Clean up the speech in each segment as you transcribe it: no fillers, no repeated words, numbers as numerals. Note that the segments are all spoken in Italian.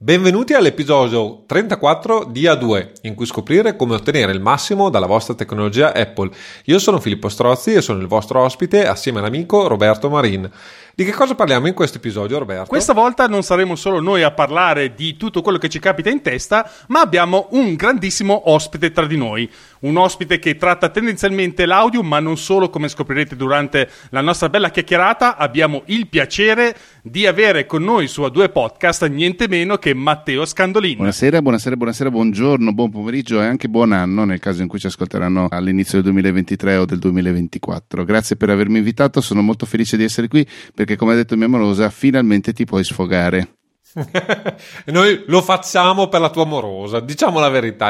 Benvenuti all'episodio 34 di A2, in cui scoprire come ottenere il massimo dalla vostra tecnologia Apple. Io sono Filippo Strozzi e sono il vostro ospite assieme all'amico Roberto Marin. Di che cosa parliamo in questo episodio, Roberto? Questa volta non saremo solo noi a parlare di tutto quello che ci capita in testa, ma abbiamo un grandissimo ospite tra di noi. Un ospite che tratta tendenzialmente l'audio, ma non solo, come scoprirete durante la nostra bella chiacchierata. Abbiamo il piacere di avere con noi su A2 Podcast niente meno che Matteo Scandolin. Buonasera, buongiorno, buon pomeriggio e anche buon anno nel caso in cui ci ascolteranno all'inizio del 2023 o del 2024. Grazie per avermi invitato, sono molto felice di essere qui perché, come ha detto mia amorosa, finalmente ti puoi sfogare. Noi lo facciamo per la tua amorosa, diciamo la verità.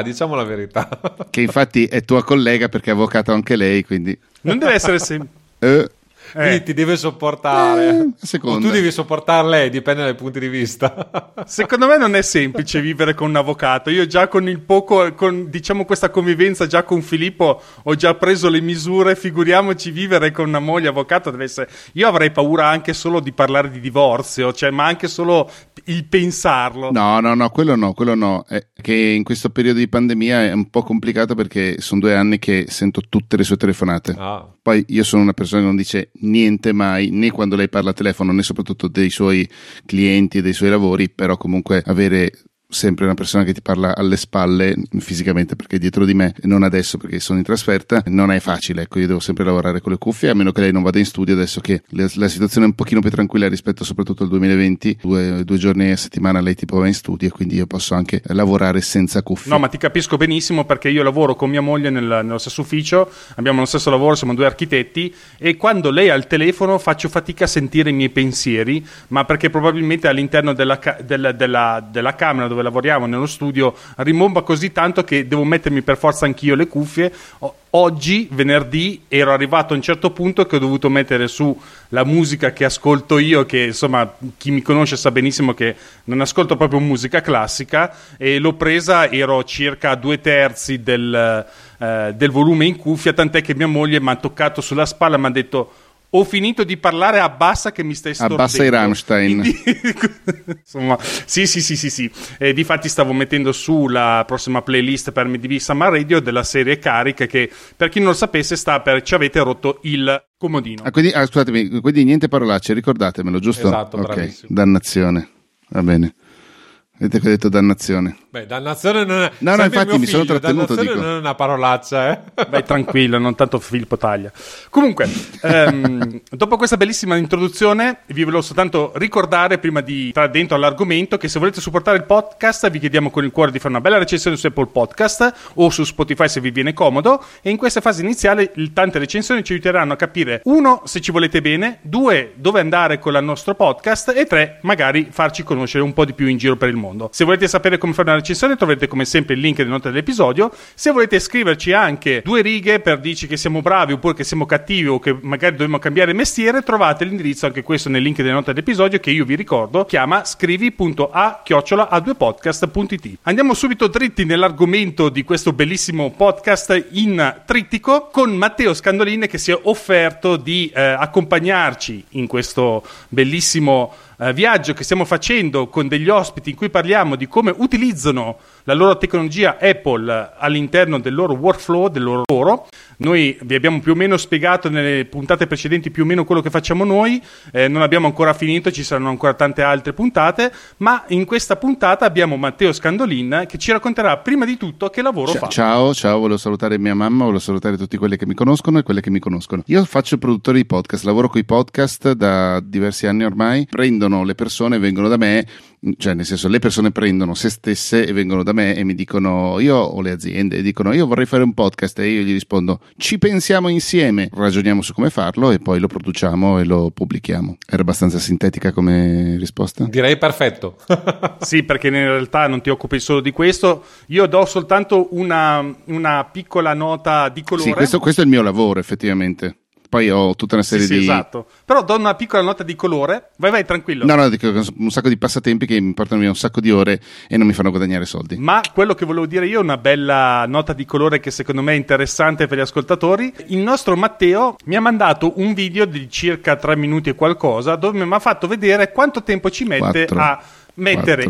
Che infatti è tua collega perché è avvocato anche lei, quindi... Non deve essere sempre... Quindi ti deve sopportare o tu devi sopportare lei, dipende dai punti di vista. Secondo me non è semplice vivere con un avvocato. Io già con il poco, con diciamo questa convivenza già con Filippo ho già preso le misure, figuriamoci vivere con una moglie avvocato deve essere... Io avrei paura anche solo di parlare di divorzio, cioè, ma anche solo il pensarlo. No, quello no. È che in questo periodo di pandemia è un po' complicato perché sono 2 anni che sento tutte le sue telefonate. Poi io sono una persona che non dice niente mai, né quando lei parla al telefono né soprattutto dei suoi clienti e dei suoi lavori, però comunque avere sempre una persona che ti parla alle spalle fisicamente, perché dietro di me, non adesso perché sono in trasferta, non è facile. Ecco, io devo sempre lavorare con le cuffie, a meno che lei non vada in studio adesso che la situazione è un pochino più tranquilla rispetto soprattutto al 2020, due giorni a settimana lei tipo va in studio, quindi io posso anche lavorare senza cuffie. No, ma ti capisco benissimo perché io lavoro con mia moglie nello stesso ufficio, abbiamo lo stesso lavoro, siamo 2 architetti e quando lei ha il telefono faccio fatica a sentire i miei pensieri, ma perché probabilmente all'interno della camera dove lavoriamo nello studio rimomba così tanto che devo mettermi per forza anch'io le cuffie. Oggi, venerdì, ero arrivato a un certo punto che ho dovuto mettere su la musica che ascolto io, che insomma chi mi conosce sa benissimo che non ascolto proprio musica classica, e l'ho presa, ero circa a 2/3 del volume in cuffia, tant'è che mia moglie mi ha toccato sulla spalla e mi ha detto: ho finito di parlare, abbassa che mi stai stordendo. Abbassa i Rammstein. Quindi, insomma, sì. Difatti stavo mettendo su la prossima playlist per MDB Summer Radio della serie Carica, che per chi non lo sapesse sta per Ci avete rotto il comodino. Scusatemi, quindi niente parolacce, ricordatemelo, giusto? Esatto, ok, bravissimo. Dannazione, va bene. Vedete che ho detto dannazione? Beh, dannazione non è... No, infatti mi sono trattenuto, dannazione non è una parolaccia, Vai tranquillo, non tanto Filippo taglia. Comunque, dopo questa bellissima introduzione, vi volevo soltanto ricordare, prima di entrare dentro all'argomento, che se volete supportare il podcast, vi chiediamo con il cuore di fare una bella recensione su Apple Podcast o su Spotify se vi viene comodo, e in questa fase iniziale tante recensioni ci aiuteranno a capire, 1, se ci volete bene, 2, dove andare con il nostro podcast, e 3, magari farci conoscere un po' di più in giro per il mondo. Se volete sapere come fare una recensione troverete come sempre il link nelle note dell'episodio. Se volete scriverci anche 2 righe per dirci che siamo bravi oppure che siamo cattivi o che magari dobbiamo cambiare mestiere, trovate l'indirizzo anche questo nel link delle note dell'episodio, che io vi ricordo chiama scrivi.a@a2podcast.it. Andiamo subito dritti nell'argomento di questo bellissimo podcast in trittico con Matteo Scandolin, che si è offerto di accompagnarci in questo bellissimo viaggio che stiamo facendo con degli ospiti in cui parliamo di come utilizzano la loro tecnologia Apple all'interno del loro workflow, del loro lavoro. Noi vi abbiamo più o meno spiegato nelle puntate precedenti più o meno quello che facciamo noi, non abbiamo ancora finito, ci saranno ancora tante altre puntate, ma in questa puntata abbiamo Matteo Scandolin che ci racconterà prima di tutto che lavoro fa. Ciao, volevo salutare mia mamma, volevo salutare tutti quelli che mi conoscono e quelle che mi conoscono. Io faccio il produttore di podcast, lavoro con i podcast da diversi anni ormai, prendono le persone, vengono da me, cioè nel senso le persone prendono se stesse e vengono da me e mi dicono, io o le aziende dicono io vorrei fare un podcast, e io gli rispondo ci pensiamo insieme, ragioniamo su come farlo e poi lo produciamo e lo pubblichiamo. Era abbastanza sintetica come risposta? Direi perfetto. Sì, perché in realtà non ti occupi solo di questo, io do soltanto una piccola nota di colore. Sì, questo è il mio lavoro effettivamente. Poi ho tutta una serie di... esatto. Però do una piccola nota di colore. Vai, tranquillo. No, dico un sacco di passatempi che mi portano via un sacco di ore e non mi fanno guadagnare soldi. Ma quello che volevo dire io, una bella nota di colore che secondo me è interessante per gli ascoltatori. Il nostro Matteo mi ha mandato un video di circa 3 minuti e qualcosa, dove mi ha fatto vedere quanto tempo ci mette 4. a mettere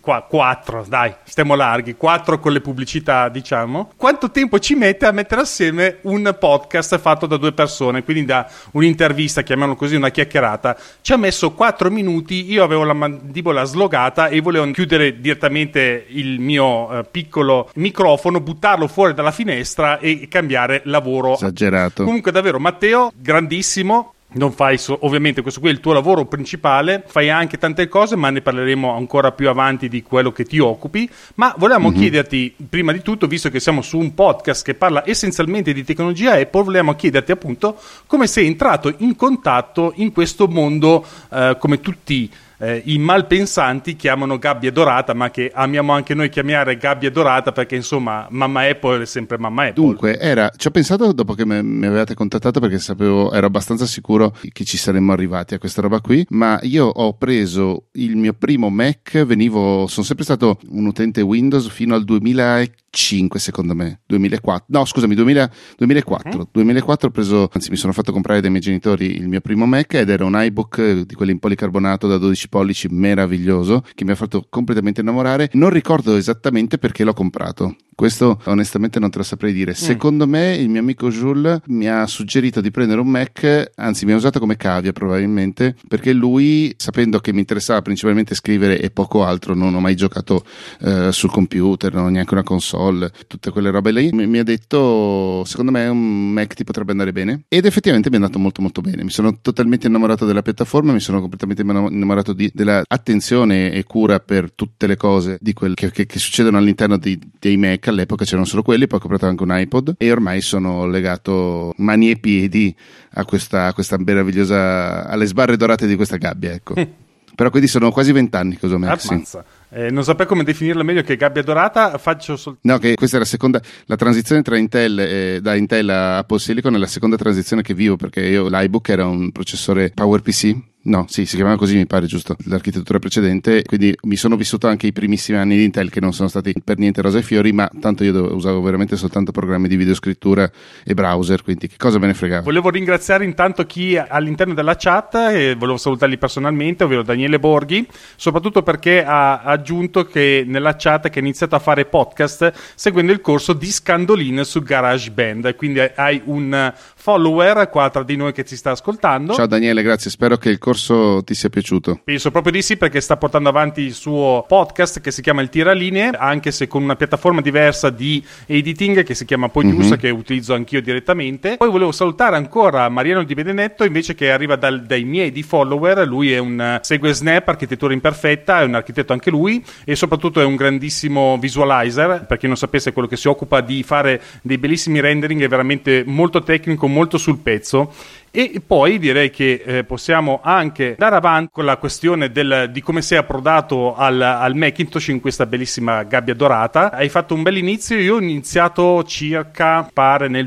4, dai, stiamo larghi, 4 con le pubblicità, diciamo. Quanto tempo ci mette a mettere assieme un podcast fatto da 2 persone, quindi da un'intervista, chiamiamolo così, una chiacchierata? Ci ha messo 4 minuti, io avevo la mandibola slogata e volevo chiudere direttamente il mio piccolo microfono, buttarlo fuori dalla finestra e cambiare lavoro. Esagerato. Comunque davvero, Matteo, grandissimo. Non fai ovviamente questo qui è il tuo lavoro principale, fai anche tante cose, ma ne parleremo ancora più avanti di quello che ti occupi. Ma volevamo chiederti, prima di tutto, visto che siamo su un podcast che parla essenzialmente di tecnologia Apple, volevamo chiederti appunto come sei entrato in contatto in questo mondo, come tutti i malpensanti chiamano gabbia dorata, ma che amiamo anche noi chiamare gabbia dorata, perché insomma mamma Apple è sempre mamma Apple. Dunque ci ho pensato dopo che mi avevate contattato, perché ero abbastanza sicuro che ci saremmo arrivati a questa roba qui, ma io ho preso il mio primo Mac, sono sempre stato un utente Windows fino al 2005 secondo me, 2004, no scusami 2004 ho preso, anzi mi sono fatto comprare dai miei genitori il mio primo Mac, ed era un iBook di quelli in policarbonato da 12 pollici meraviglioso, che mi ha fatto completamente innamorare. Non ricordo esattamente perché l'ho comprato, questo onestamente non te lo saprei dire. Secondo me il mio amico Jules mi ha suggerito di prendere un Mac, anzi mi ha usato come cavia probabilmente, perché lui, sapendo che mi interessava principalmente scrivere e poco altro, non ho mai giocato sul computer, non ho neanche una console, tutte quelle robe lì, mi ha detto secondo me un Mac ti potrebbe andare bene, ed effettivamente mi è andato molto molto bene. Mi sono totalmente innamorato della piattaforma, mi sono completamente innamorato della attenzione e cura per tutte le cose di quel che succedono all'interno dei Mac. All'epoca c'erano solo quelli, poi ho comprato anche un iPod e ormai sono legato mani e piedi a questa meravigliosa, alle sbarre dorate di questa gabbia, ecco. Però quindi sono quasi 20 anni che uso Mac. Sì. Non saprei come definirla meglio che gabbia dorata. No, che questa è la transizione tra Intel, da Intel a Apple Silicon è la seconda transizione che vivo, perché l'iBook era un processore PowerPC. No, sì, si chiamava così, mi pare, giusto, l'architettura precedente, quindi mi sono vissuto anche i primissimi anni di Intel, che non sono stati per niente rose e fiori, ma tanto io usavo veramente soltanto programmi di videoscrittura e browser, quindi che cosa me ne fregava. Volevo ringraziare intanto chi all'interno della chat, e volevo salutarli personalmente, ovvero Daniele Borghi, soprattutto perché ha aggiunto che nella chat che ha iniziato a fare podcast seguendo il corso di Scandolin su GarageBand, quindi hai un follower qua tra di noi che ci sta ascoltando. Ciao Daniele, grazie, spero che il corso ti sia piaciuto. Penso proprio di sì, perché sta portando avanti il suo podcast che si chiama Il Tiralinee, anche se con una piattaforma diversa di editing che si chiama Podius, che utilizzo anch'io direttamente. Poi volevo salutare ancora Mariano Di Benedetto, invece, che arriva dai miei di follower. Lui è segue Snap, architettura imperfetta, è un architetto anche lui, e soprattutto è un grandissimo visualizer. Per chi non sapesse, quello che si occupa di fare dei bellissimi rendering, è veramente molto tecnico, molto sul pezzo. E poi direi che possiamo anche andare avanti con la questione di come sei approdato al Macintosh in questa bellissima gabbia dorata. Hai fatto un bel inizio. Io ho iniziato circa, pare, nel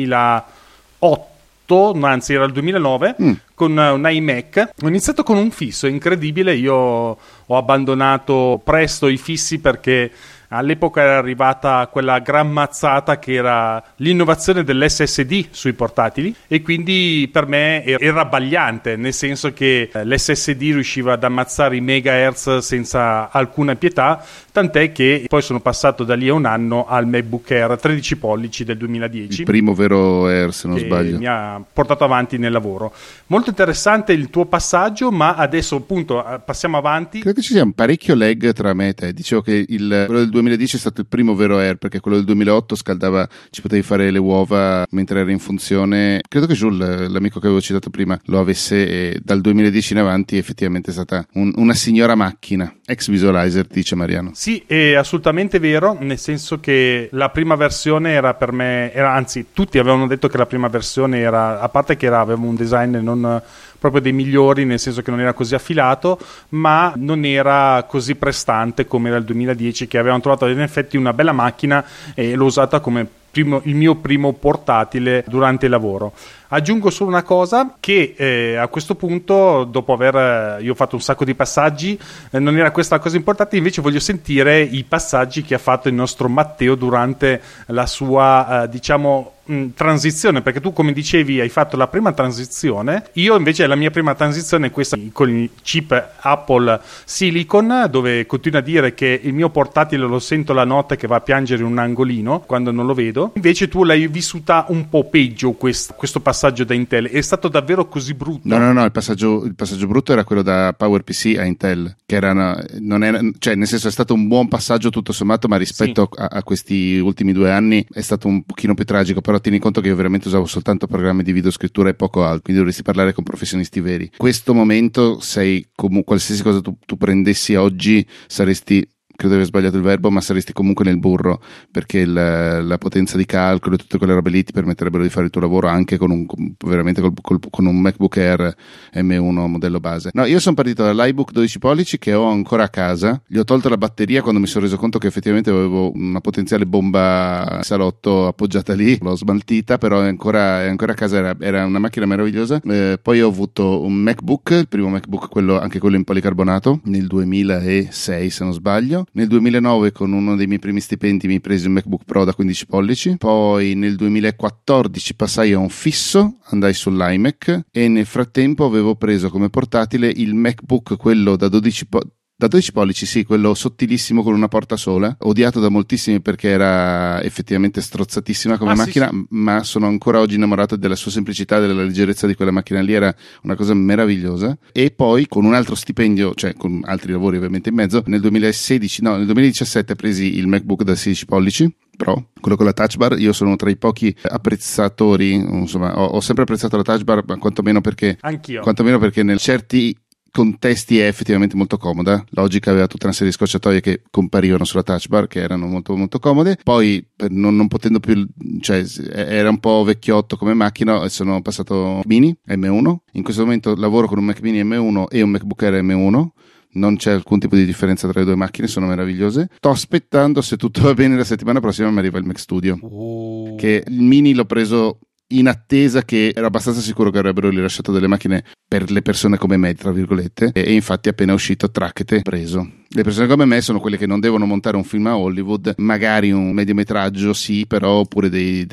2008, anzi era il 2009, con un iMac. Ho iniziato con un fisso, incredibile. Io ho abbandonato presto i fissi perché all'epoca era arrivata quella gran mazzata che era l'innovazione dell'SSD sui portatili, e quindi per me era abbagliante, nel senso che l'SSD riusciva ad ammazzare i megahertz senza alcuna pietà, tant'è che poi sono passato da lì a un anno al MacBook Air 13 pollici del 2010. Il primo vero Air, se non sbaglio. Mi ha portato avanti nel lavoro. Molto interessante il tuo passaggio, ma adesso appunto passiamo avanti. Credo che ci sia un parecchio lag tra me e te. Dicevo che quello del 2010 è stato il primo vero Air, perché quello del 2008 scaldava, ci potevi fare le uova mentre era in funzione. Credo che Jules, l'amico che avevo citato prima, lo avesse, e dal 2010 in avanti effettivamente è stata una signora macchina. Ex visualizer, dice Mariano. Sì, è assolutamente vero, nel senso che la prima versione era per me, anzi tutti avevano detto che la prima versione era, a parte che aveva un design non proprio dei migliori, nel senso che non era così affilato, ma non era così prestante come era il 2010, che avevano trovato in effetti una bella macchina, e l'ho usata come il mio primo portatile durante il lavoro. Aggiungo solo una cosa, che a questo punto, dopo aver io ho fatto un sacco di passaggi, non era questa la cosa importante, invece voglio sentire i passaggi che ha fatto il nostro Matteo durante la sua, transizione, perché tu, come dicevi, hai fatto la prima transizione. Io invece la mia prima transizione è questa con il chip Apple Silicon, dove continuo a dire che il mio portatile lo sento la notte che va a piangere in un angolino quando non lo vedo. Invece tu l'hai vissuta un po' peggio questo passaggio da Intel. È stato davvero così brutto? No, il passaggio brutto era quello da PowerPC a Intel, che non era, cioè nel senso è stato un buon passaggio tutto sommato, ma rispetto a questi ultimi 2 anni è stato un pochino più tragico. Però tieni conto che io veramente usavo soltanto programmi di videoscrittura e poco altro, quindi dovresti parlare con professionisti veri. In questo momento qualsiasi cosa tu prendessi oggi saresti, credo di aver sbagliato il verbo, ma saresti comunque nel burro, perché la potenza di calcolo e tutte quelle robe lì ti permetterebbero di fare il tuo lavoro anche con un MacBook Air M1 modello base. No, io sono partito dall'iBook 12 pollici che ho ancora a casa, gli ho tolto la batteria quando mi sono reso conto che effettivamente avevo una potenziale bomba salotto appoggiata lì, l'ho smaltita, però è ancora a casa, era una macchina meravigliosa. Poi ho avuto un MacBook, il primo MacBook, anche quello in policarbonato, nel 2006 se non sbaglio. Nel 2009 con uno dei miei primi stipendi mi presi un MacBook Pro da 15 pollici, poi nel 2014 passai a un fisso, andai sull'iMac e nel frattempo avevo preso come portatile il MacBook, quello da 12 pollici, sì, quello sottilissimo con una porta sola, odiato da moltissimi perché era effettivamente strozzatissima come macchina, sì. Ma sono ancora oggi innamorato della sua semplicità, della leggerezza di quella macchina lì, era una cosa meravigliosa. E poi con un altro stipendio, cioè con altri lavori ovviamente in mezzo, nel 2017 presi il MacBook da 16 pollici Pro, quello con la touch bar. Io sono tra i pochi apprezzatori, insomma, ho sempre apprezzato la touch bar, ma quantomeno perché in certi contesti è effettivamente molto comoda. Logic aveva tutta una serie di scorciatoie che comparivano sulla touch bar, che erano molto molto comode. Poi non potendo più, cioè era un po' vecchiotto come macchina, e sono passato Mini M1. In questo momento lavoro con un Mac Mini M1 e un MacBook Air M1. Non c'è alcun tipo di differenza tra le due macchine, sono meravigliose. Sto aspettando, se tutto va bene, la settimana prossima mi arriva il Mac Studio. Che il Mini l'ho preso in attesa, che ero abbastanza sicuro che avrebbero rilasciato delle macchine per le persone come me, tra virgolette, e infatti appena uscito trackete preso. Le persone come me sono quelle che non devono montare un film a Hollywood, magari un mediometraggio sì, però oppure dei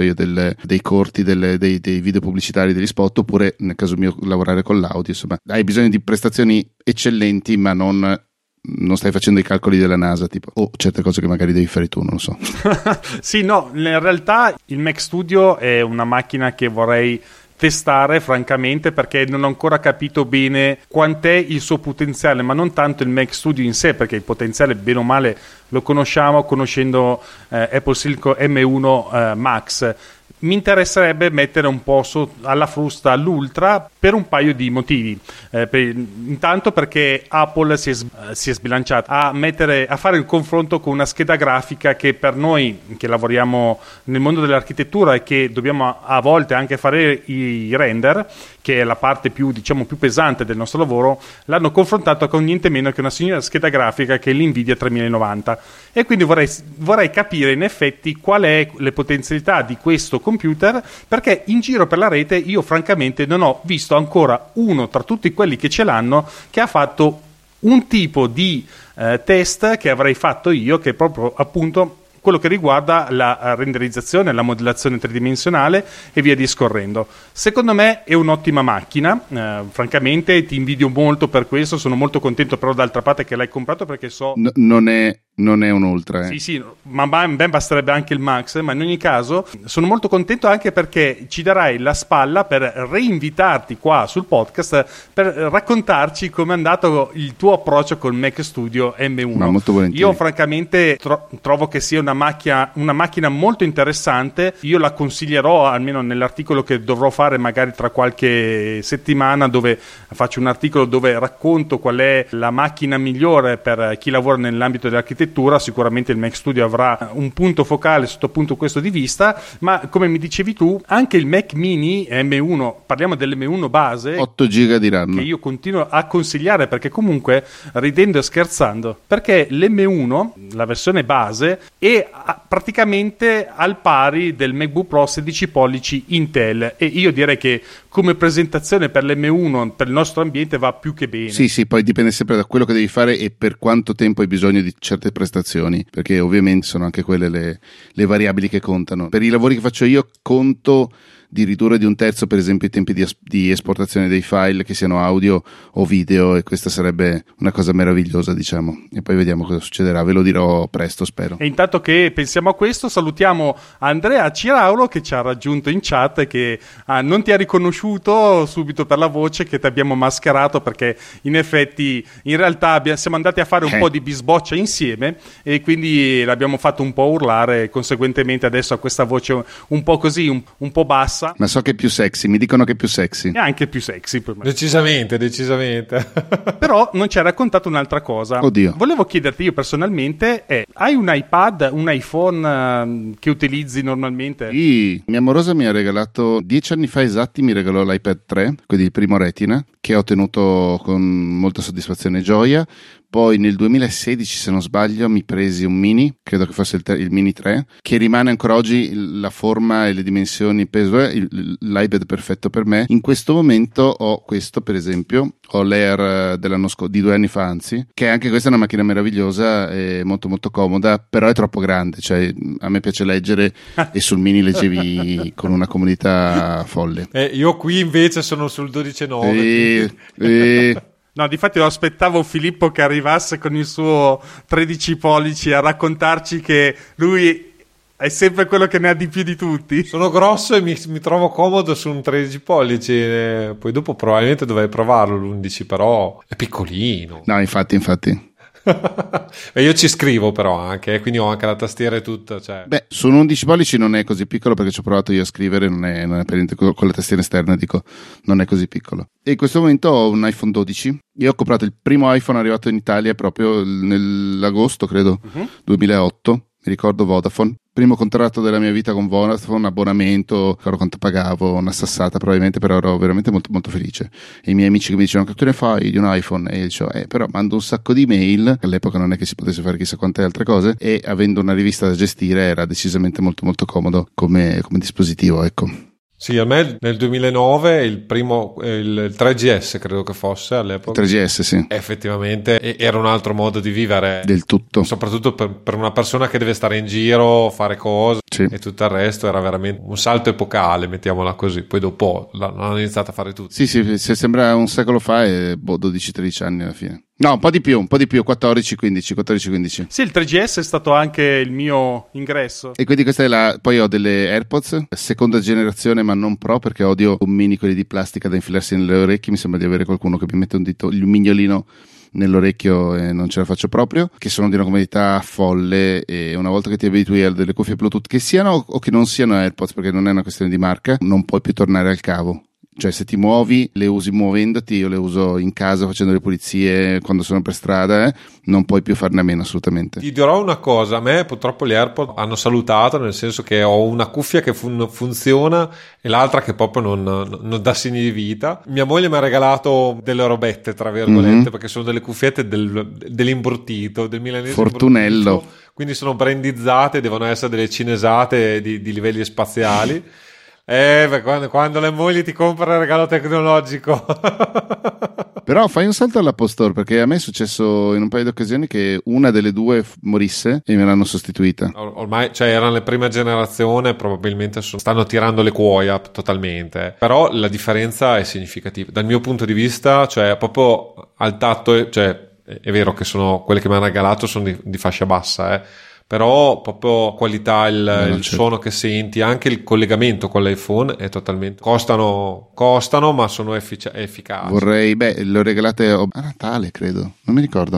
corti, dei video pubblicitari, degli spot, oppure nel caso mio lavorare con l'audio. Insomma, hai bisogno di prestazioni eccellenti, ma non stai facendo i calcoli della NASA, tipo, o certe cose che magari devi fare tu, non lo so. Sì, no, in realtà il Mac Studio è una macchina che vorrei testare francamente, perché non ho ancora capito bene quant'è il suo potenziale, ma non tanto il Mac Studio in sé, perché il potenziale bene o male lo conoscendo Apple Silicon M1 Max. Mi interesserebbe mettere un po' alla frusta l'Ultra per un paio di motivi. Intanto perché Apple si è sbilanciata a fare il confronto con una scheda grafica che per noi che lavoriamo nel mondo dell'architettura e che dobbiamo a volte anche fare i render, che è la parte più pesante del nostro lavoro, l'hanno confrontato con niente meno che una signora scheda grafica che è l'Nvidia 3090. E quindi vorrei capire in effetti qual è le potenzialità di questo computer, perché in giro per la rete io francamente non ho visto ancora uno tra tutti quelli che ce l'hanno che ha fatto un tipo di test che avrei fatto io, che è proprio appunto quello che riguarda la renderizzazione, la modellazione tridimensionale e via discorrendo. Secondo me è un'ottima macchina, francamente ti invidio molto per questo, sono molto contento però d'altra parte che l'hai comprato, perché so... Non è un Ultra. Sì, ma ben basterebbe anche il Max, ma in ogni caso sono molto contento anche perché ci darai la spalla per reinvitarti qua sul podcast per raccontarci come è andato il tuo approccio col Mac Studio M1. Ma molto volentieri. Io francamente trovo che sia una macchina molto interessante. Io la consiglierò, almeno nell'articolo che dovrò fare magari tra qualche settimana, dove faccio un articolo dove racconto qual è la macchina migliore per chi lavora nell'ambito dell'architettura, architettura. Sicuramente il Mac Studio avrà un punto focale sotto appunto questo di vista, ma come mi dicevi tu, anche il Mac Mini M1, parliamo dell'M1 base, 8 giga di RAM, che io continuo a consigliare, perché comunque, ridendo e scherzando, perché l'M1, la versione base, è praticamente al pari del MacBook Pro 16 pollici Intel, e io direi che come presentazione per l'M1 per il nostro ambiente va più che bene. Sì, poi dipende sempre da quello che devi fare e per quanto tempo hai bisogno di certe prestazioni, perché ovviamente sono anche quelle le variabili che contano. Per i lavori che faccio io conto di ridurre di un terzo, per esempio, i tempi di esportazione dei file, che siano audio o video, e questa sarebbe una cosa meravigliosa, diciamo. E poi vediamo cosa succederà, ve lo dirò presto, spero. E intanto che pensiamo a questo, salutiamo Andrea Ciraulo, che ci ha raggiunto in chat e che non ti ha riconosciuto subito per la voce, che ti abbiamo mascherato, perché in effetti in realtà siamo andati a fare un po' di bisboccia insieme e quindi l'abbiamo fatto un po' urlare, e conseguentemente adesso ha questa voce un po' così, un po' bassa. Ma so che è più sexy, mi dicono che è più sexy. È anche più sexy per me. Decisamente. Però non ci ha raccontato un'altra cosa. Oddio. Volevo chiederti io personalmente, hai un iPad, un iPhone che utilizzi normalmente? Sì, mia amorosa mi ha regalato 10 anni fa esatti, mi regalò l'iPad 3, quindi il primo Retina, che ho tenuto con molta soddisfazione e gioia. Poi nel 2016, se non sbaglio, mi presi un mini, credo che fosse il mini 3, che rimane ancora oggi la forma e le dimensioni, il peso, l'iPad perfetto per me. In questo momento ho questo, per esempio, ho l'Air dell'anno scorso, di 2 anni fa anzi, che anche questa è una macchina meravigliosa e molto molto comoda, però è troppo grande, cioè a me piace leggere e sul mini leggevi con una comodità folle. Io qui invece sono sul 12,9. No, difatti lo aspettavo Filippo che arrivasse con il suo 13 pollici a raccontarci che lui è sempre quello che ne ha di più di tutti. Sono grosso e mi trovo comodo su un 13 pollici, poi dopo probabilmente dovrei provarlo l'11, però è piccolino. No, infatti. E io ci scrivo però anche, quindi ho anche la tastiera e tutto, cioè. Beh, su un 11 pollici non è così piccolo, perché ci ho provato io a scrivere, non è per niente, con la tastiera esterna dico, non è così piccolo. E in questo momento ho un iPhone 12. Io ho comprato il primo iPhone arrivato in Italia proprio nell'agosto, credo, 2008, mi ricordo Vodafone. Primo contratto della mia vita con Vodafone, abbonamento, ricordo quanto pagavo, una sassata probabilmente, però ero veramente molto molto felice. E i miei amici che mi dicevano: che tu ne fai di un iPhone? E io dicevo, però mando un sacco di mail, all'epoca non è che si potesse fare chissà quante altre cose, e avendo una rivista da gestire era decisamente molto molto comodo come dispositivo, ecco. Sì, a me nel 2009 il 3GS credo che fosse all'epoca. 3GS, sì. Effettivamente era un altro modo di vivere. Del tutto. Soprattutto per una persona che deve stare in giro, fare cose, sì. E tutto il resto era veramente un salto epocale, mettiamola così. Poi dopo l'hanno iniziato a fare tutti. Sì, se sembra un secolo fa è 12-13 anni alla fine. No, un po' di più, 14-15. Sì, il 3GS è stato anche il mio ingresso. E quindi questa è poi ho delle AirPods, seconda generazione ma non Pro, perché odio gommini quelli di plastica da infilarsi nelle orecchie, mi sembra di avere qualcuno che mi mette un dito, il mignolino nell'orecchio e non ce la faccio proprio, che sono di una comodità folle, e una volta che ti abitui a delle cuffie Bluetooth, che siano o che non siano AirPods, perché non è una questione di marca, non puoi più tornare al cavo. Cioè, se ti muovi, le usi muovendoti, io le uso in casa facendo le pulizie, quando sono per strada, non puoi più farne a meno assolutamente. Ti dirò una cosa, a me purtroppo gli AirPods hanno salutato, nel senso che ho una cuffia che funziona e l'altra che proprio non dà segni di vita. Mia moglie mi ha regalato delle robette, tra virgolette, perché sono delle cuffiette dell'imbruttito, del milanese Fortunello. Imbruttito, quindi sono brandizzate, devono essere delle cinesate di livelli spaziali. Quando le mogli ti comprano il regalo tecnologico. Però fai un salto all'Apple Store, perché a me è successo in un paio di occasioni che una delle due morisse e me l'hanno sostituita. Ormai, cioè, erano le prime generazione, probabilmente stanno tirando le cuoia totalmente. Però la differenza è significativa. Dal mio punto di vista, cioè, proprio al tatto, cioè, è vero che sono quelle che mi hanno regalato sono di fascia bassa, però proprio qualità, il suono che senti, anche il collegamento con l'iPhone è totalmente costano ma sono efficaci. Le ho regalate a Natale, credo, non mi ricordo,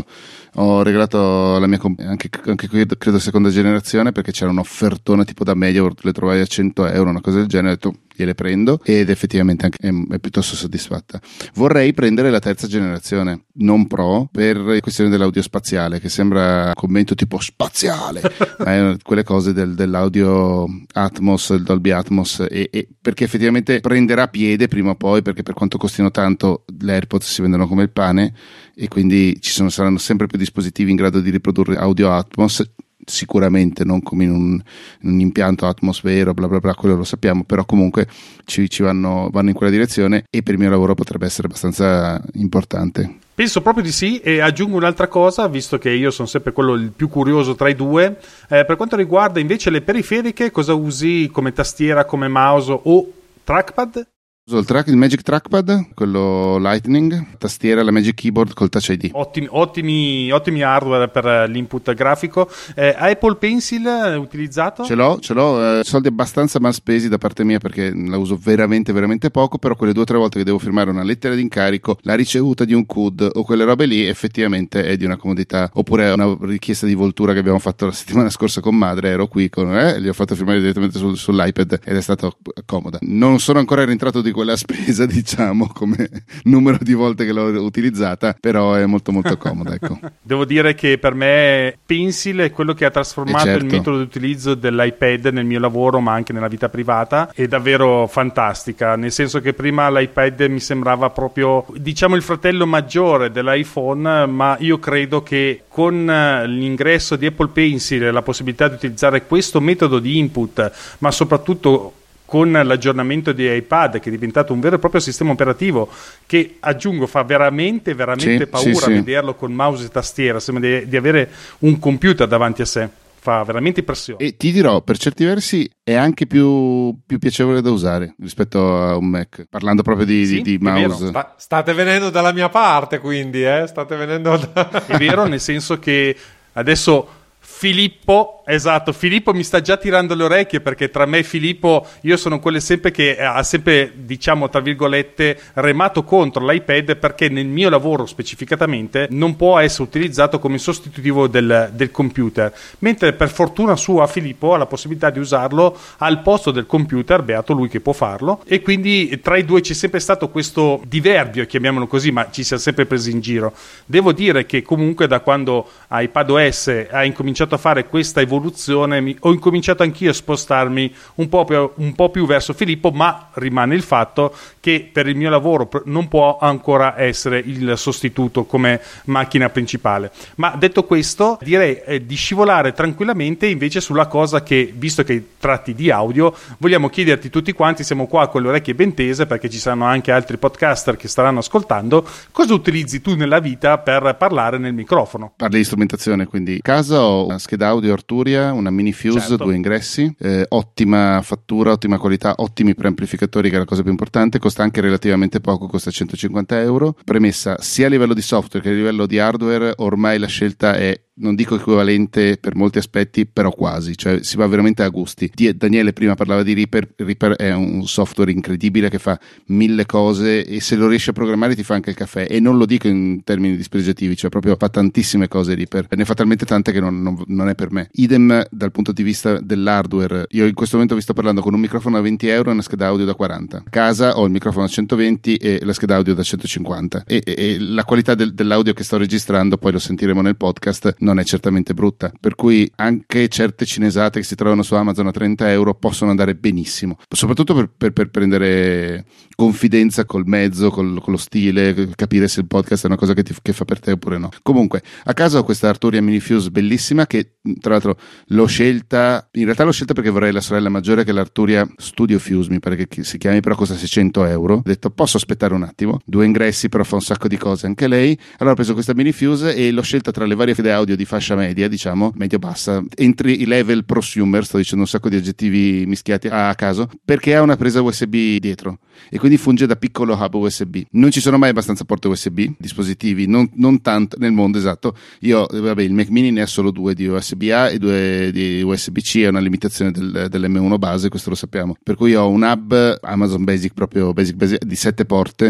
Ho regalato la mia anche qui credo seconda generazione, perché c'era un'offertona tipo da media, le trovai a 100 euro, una cosa del genere, ho detto gliele prendo, ed effettivamente anche è piuttosto soddisfatta. Vorrei prendere la terza generazione, non Pro, per questione dell'audio spaziale, che sembra un commento tipo spaziale, ma è quelle cose dell'audio Atmos, il Dolby Atmos, e perché effettivamente prenderà piede prima o poi, perché per quanto costino tanto le AirPods si vendono come il pane, e quindi saranno sempre più dispositivi in grado di riprodurre audio Atmos. Sicuramente non come in un impianto atmosfero, bla bla bla, quello lo sappiamo, però comunque ci vanno in quella direzione, e per il mio lavoro potrebbe essere abbastanza importante. Penso proprio di sì, e aggiungo un'altra cosa, visto che io sono sempre quello il più curioso tra i due. Per quanto riguarda invece le periferiche, cosa usi come tastiera, come mouse o trackpad? Uso il Magic Trackpad, quello Lightning, tastiera, la Magic Keyboard col Touch ID. Ottimi hardware per l'input grafico. Apple Pencil utilizzato? Ce l'ho, soldi abbastanza mal spesi da parte mia, perché la uso veramente veramente poco, però quelle 2 o 3 volte che devo firmare una lettera d'incarico, la ricevuta di un CUD o quelle robe lì, effettivamente è di una comodità. Oppure una richiesta di voltura che abbiamo fatto la settimana scorsa con madre, ero qui gli ho fatto firmare direttamente sull'iPad, ed è stato comoda. Non sono ancora rientrato di quella spesa, diciamo, come numero di volte che l'ho utilizzata, però è molto molto comoda, ecco. Devo dire che per me Pencil è quello che ha trasformato il metodo di utilizzo dell'iPad nel mio lavoro, ma anche nella vita privata. È davvero fantastica, nel senso che prima l'iPad mi sembrava proprio, diciamo, il fratello maggiore dell'iPhone, ma io credo che con l'ingresso di Apple Pencil e la possibilità di utilizzare questo metodo di input, ma soprattutto con l'aggiornamento di iPad, che è diventato un vero e proprio sistema operativo, che, aggiungo, fa veramente paura vederlo con mouse e tastiera, sembra di avere un computer davanti a sé, fa veramente impressione. E ti dirò, per certi versi è anche più piacevole da usare rispetto a un Mac, parlando proprio di mouse. State venendo dalla mia parte, quindi state venendo È vero, nel senso che adesso Filippo mi sta già tirando le orecchie, perché tra me e Filippo io sono quelle sempre che ha sempre, diciamo, tra virgolette, remato contro l'iPad, perché nel mio lavoro specificatamente non può essere utilizzato come sostitutivo del computer, mentre per fortuna sua Filippo ha la possibilità di usarlo al posto del computer, beato lui che può farlo, e quindi tra i due c'è sempre stato questo diverbio, chiamiamolo così, ma ci siamo sempre presi in giro. Devo dire che comunque da quando iPadOS ha incominciato a fare questa evoluzione, ho incominciato anch'io a spostarmi un po' più verso Filippo, ma rimane il fatto che per il mio lavoro non può ancora essere il sostituto come macchina principale. Ma detto questo, direi di scivolare tranquillamente invece sulla cosa che, visto che tratti di audio, vogliamo chiederti tutti quanti, siamo qua con le orecchie ben tese perché ci saranno anche altri podcaster che staranno ascoltando, cosa utilizzi tu nella vita per parlare nel microfono? Parli di strumentazione, quindi a casa ho una scheda audio Arturia, una mini Fuse, certo. 2 ingressi, ottima fattura, ottima qualità, ottimi preamplificatori, che è la cosa più importante, costa anche relativamente poco, costa 150 euro. Premessa, sia a livello di software che a livello di hardware, ormai la scelta è, non dico equivalente per molti aspetti, però quasi, cioè si va veramente a gusti. Daniele prima parlava di Reaper è un software incredibile che fa 1000 cose, e se lo riesci a programmare ti fa anche il caffè, e non lo dico in termini dispregiativi, cioè proprio fa tantissime cose Reaper, ne fa talmente tante che non è per me. Idem dal punto di vista dell'hardware, io in questo momento vi sto parlando con un microfono a 20 euro e una scheda audio da 40. A casa ho il microfono a 120 e la scheda audio da 150, e la qualità dell'audio che sto registrando, poi lo sentiremo nel podcast, non è certamente brutta, per cui anche certe cinesate che si trovano su Amazon a 30 euro possono andare benissimo, soprattutto per prendere confidenza col mezzo, con lo stile, capire se il podcast è una cosa che fa per te oppure no. Comunque a casa ho questa Arturia Mini Fuse bellissima, che tra l'altro l'ho scelta perché vorrei la sorella maggiore, che è l'Arturia Studio Fuse, mi pare che si chiami, però costa 600 euro. Ho detto posso aspettare un attimo, 2 ingressi, però fa un sacco di cose anche lei. Allora ho preso questa Mini Fuse e l'ho scelta tra le varie fede audio di fascia media, diciamo medio bassa, entry level prosumer, sto dicendo un sacco di aggettivi mischiati a caso, perché ha una presa USB dietro e quindi funge da piccolo hub USB. Non ci sono mai abbastanza porte USB, dispositivi non tanto nel mondo, esatto. Io il Mac Mini ne ha solo 2 di USB-A e 2 di USB-C, è una limitazione dell'M1 base, questo lo sappiamo, per cui ho un hub Amazon Basic, proprio basic di 7 porte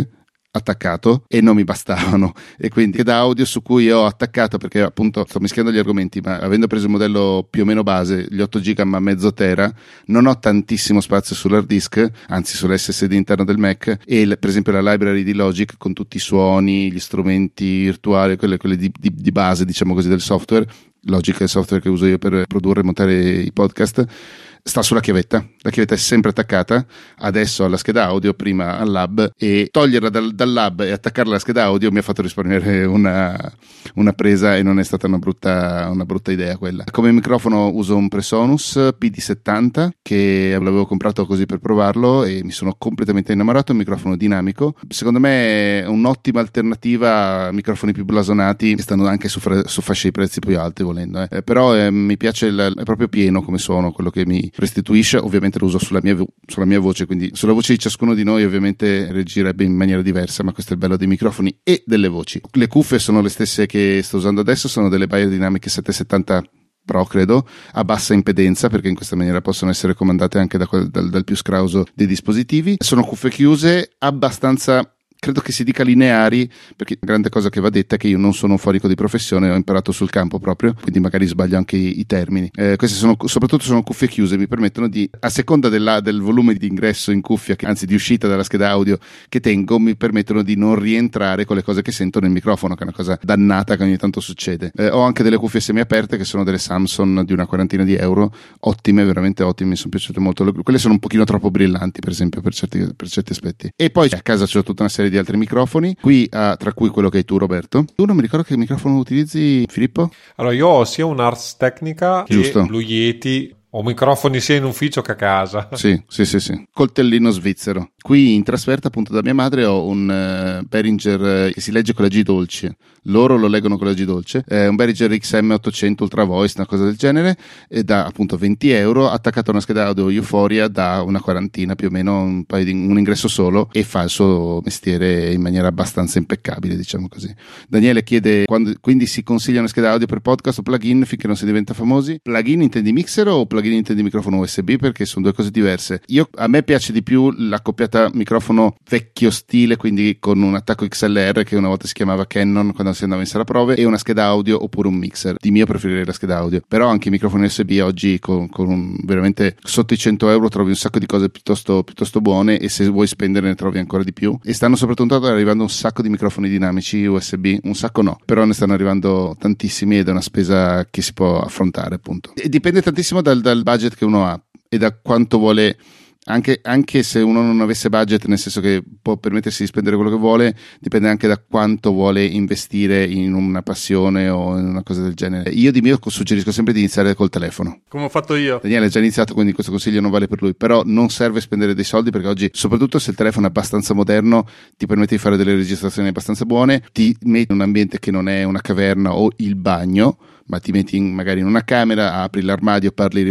attaccato e non mi bastavano, e quindi scheda audio su cui ho attaccato, perché appunto sto mischiando gli argomenti, ma avendo preso il modello più o meno base, gli 8 giga ma mezzo tera, non ho tantissimo spazio sull'hard disk, anzi sull'SSD interno del Mac, e per esempio la library di Logic con tutti i suoni, gli strumenti virtuali, quelle di base, diciamo così, del software. Logic è il software che uso io per produrre e montare i podcast, sta sulla chiavetta, la chiavetta è sempre attaccata, adesso alla scheda audio, prima al lab, e toglierla dal lab e attaccarla alla scheda audio mi ha fatto risparmiare una presa, e non è stata una brutta idea quella. Come microfono uso un Presonus PD70 che l'avevo comprato così per provarlo e mi sono completamente innamorato. È un microfono dinamico, secondo me è un'ottima alternativa a microfoni più blasonati che stanno anche su fasce di prezzi più alte volendo, però mi piace, è proprio pieno come suono, quello che mi restituisce. Ovviamente lo uso sulla mia voce, quindi sulla voce di ciascuno di noi ovviamente reagirebbe in maniera diversa, ma questo è il bello dei microfoni e delle voci. Le cuffie sono le stesse che sto usando adesso, sono delle Beyerdynamic 770 Pro, credo, a bassa impedenza, perché in questa maniera possono essere comandate anche dal più scrauso dei dispositivi. Sono cuffie chiuse, abbastanza, credo che si dica lineari, perché la grande cosa che va detta è che io non sono un fonico di professione, ho imparato sul campo proprio, quindi magari sbaglio anche i termini. Queste soprattutto sono cuffie chiuse, mi permettono di, a seconda del volume di ingresso in cuffia, anzi di uscita dalla scheda audio che tengo, mi permettono di non rientrare con le cose che sento nel microfono, che è una cosa dannata che ogni tanto succede. Ho anche delle cuffie semiaperte che sono delle Samsung di una quarantina di euro, ottime, veramente ottime, mi sono piaciute molto. Quelle sono un pochino troppo brillanti, per esempio, per certi aspetti. E poi a casa c'ho tutta una serie di altri microfoni, qui tra cui quello che hai tu, Roberto. Tu non mi ricordo che microfono utilizzi, Filippo? Allora, io ho sia un Ars Technica che Blue Yeti. Ho microfoni sia in ufficio che a casa. Sì. Coltellino svizzero. Qui in trasferta, appunto, da mia madre ho un Behringer che si legge con la G dolce. Loro lo leggono con la G dolce. È un Behringer XM800 Ultra Voice, una cosa del genere, e da appunto 20 euro, attaccato a una scheda audio Euphoria da una quarantina più o meno, un ingresso solo, e fa il suo mestiere in maniera abbastanza impeccabile, diciamo così. Daniele chiede quindi si consiglia una scheda audio per podcast o plugin finché non si diventa famosi. Plugin intendi mixer o plugin intendi microfono USB? Perché sono due cose diverse. A me piace di più l'accoppiata microfono vecchio stile, quindi con un attacco XLR che una volta si chiamava Canon quando si andava in sala prove, e una scheda audio oppure un mixer. Di mio preferirei la scheda audio, però anche i microfoni USB oggi con veramente sotto i 100 euro trovi un sacco di cose piuttosto buone, e se vuoi spendere ne trovi ancora di più. E stanno soprattutto arrivando un sacco di microfoni dinamici USB, un sacco no, però ne stanno arrivando tantissimi ed è una spesa che si può affrontare, appunto. E dipende tantissimo dal budget che uno ha e da quanto vuole. Anche se uno non avesse budget, nel senso che può permettersi di spendere quello che vuole, dipende anche da quanto vuole investire in una passione o in una cosa del genere. Io di mio suggerisco sempre di iniziare col telefono, come ho fatto io. Daniele ha già iniziato, quindi questo consiglio non vale per lui, però non serve spendere dei soldi, perché oggi, soprattutto se il telefono è abbastanza moderno, ti permette di fare delle registrazioni abbastanza buone, ti metti in un ambiente che non è una caverna o il bagno, ma ti metti magari in una camera, apri l'armadio, parli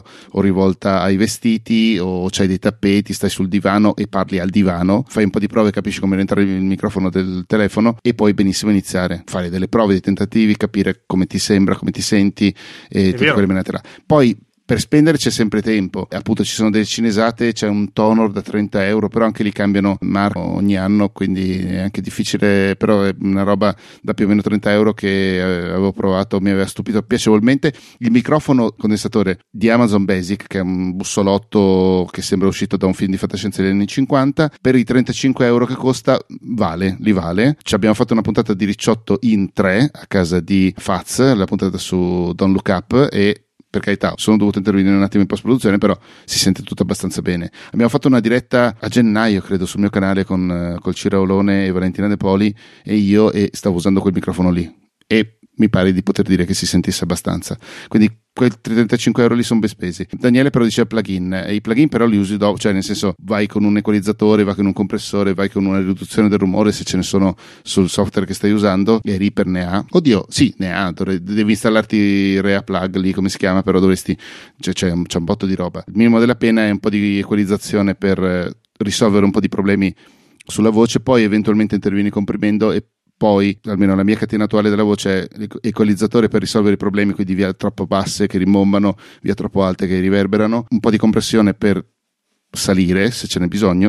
rivolta ai vestiti, o c'hai dei tappeti, stai sul divano e parli al divano, fai un po' di prove, capisci come entrare il microfono del telefono, e puoi benissimo iniziare, fare delle prove, dei tentativi, capire come ti sembra, come ti senti, e tutte quelle menate là. Poi per spendere c'è sempre tempo, appunto ci sono delle cinesate, c'è un Tonor da 30 euro, però anche li cambiano marca ogni anno, quindi è anche difficile, però è una roba da più o meno 30 euro che avevo provato, mi aveva stupito piacevolmente. Il microfono condensatore di Amazon Basic, che è un bussolotto che sembra uscito da un film di fantascienza degli anni 50, per i 35 euro che costa li vale. Ci abbiamo fatto una puntata di Ricciotto in 3 a casa di Faz, la puntata su Don't Look Up, e per carità sono dovuto intervenire un attimo in post produzione, però si sente tutto abbastanza bene. Abbiamo fatto una diretta a gennaio, credo, sul mio canale con col Ciraolone e Valentina De Poli e io, e stavo usando quel microfono lì, e mi pare di poter dire che si sentisse abbastanza, quindi quei 35 euro lì sono ben spesi. Daniele però diceva plugin, e i plugin però li usi dopo, cioè nel senso vai con un equalizzatore, vai con un compressore, vai con una riduzione del rumore se ce ne sono sul software che stai usando, e Reaper ne ha, ne ha, devi installarti Rea Plug lì, come si chiama, però dovresti, c'è un botto di roba. Il minimo della pena è un po' di equalizzazione per risolvere un po' di problemi sulla voce, poi eventualmente intervieni comprimendo, e poi, almeno la mia catena attuale della voce è equalizzatore per risolvere i problemi, quindi via troppo basse che rimbombano, via troppo alte che riverberano, un po' di compressione per salire se ce n'è bisogno,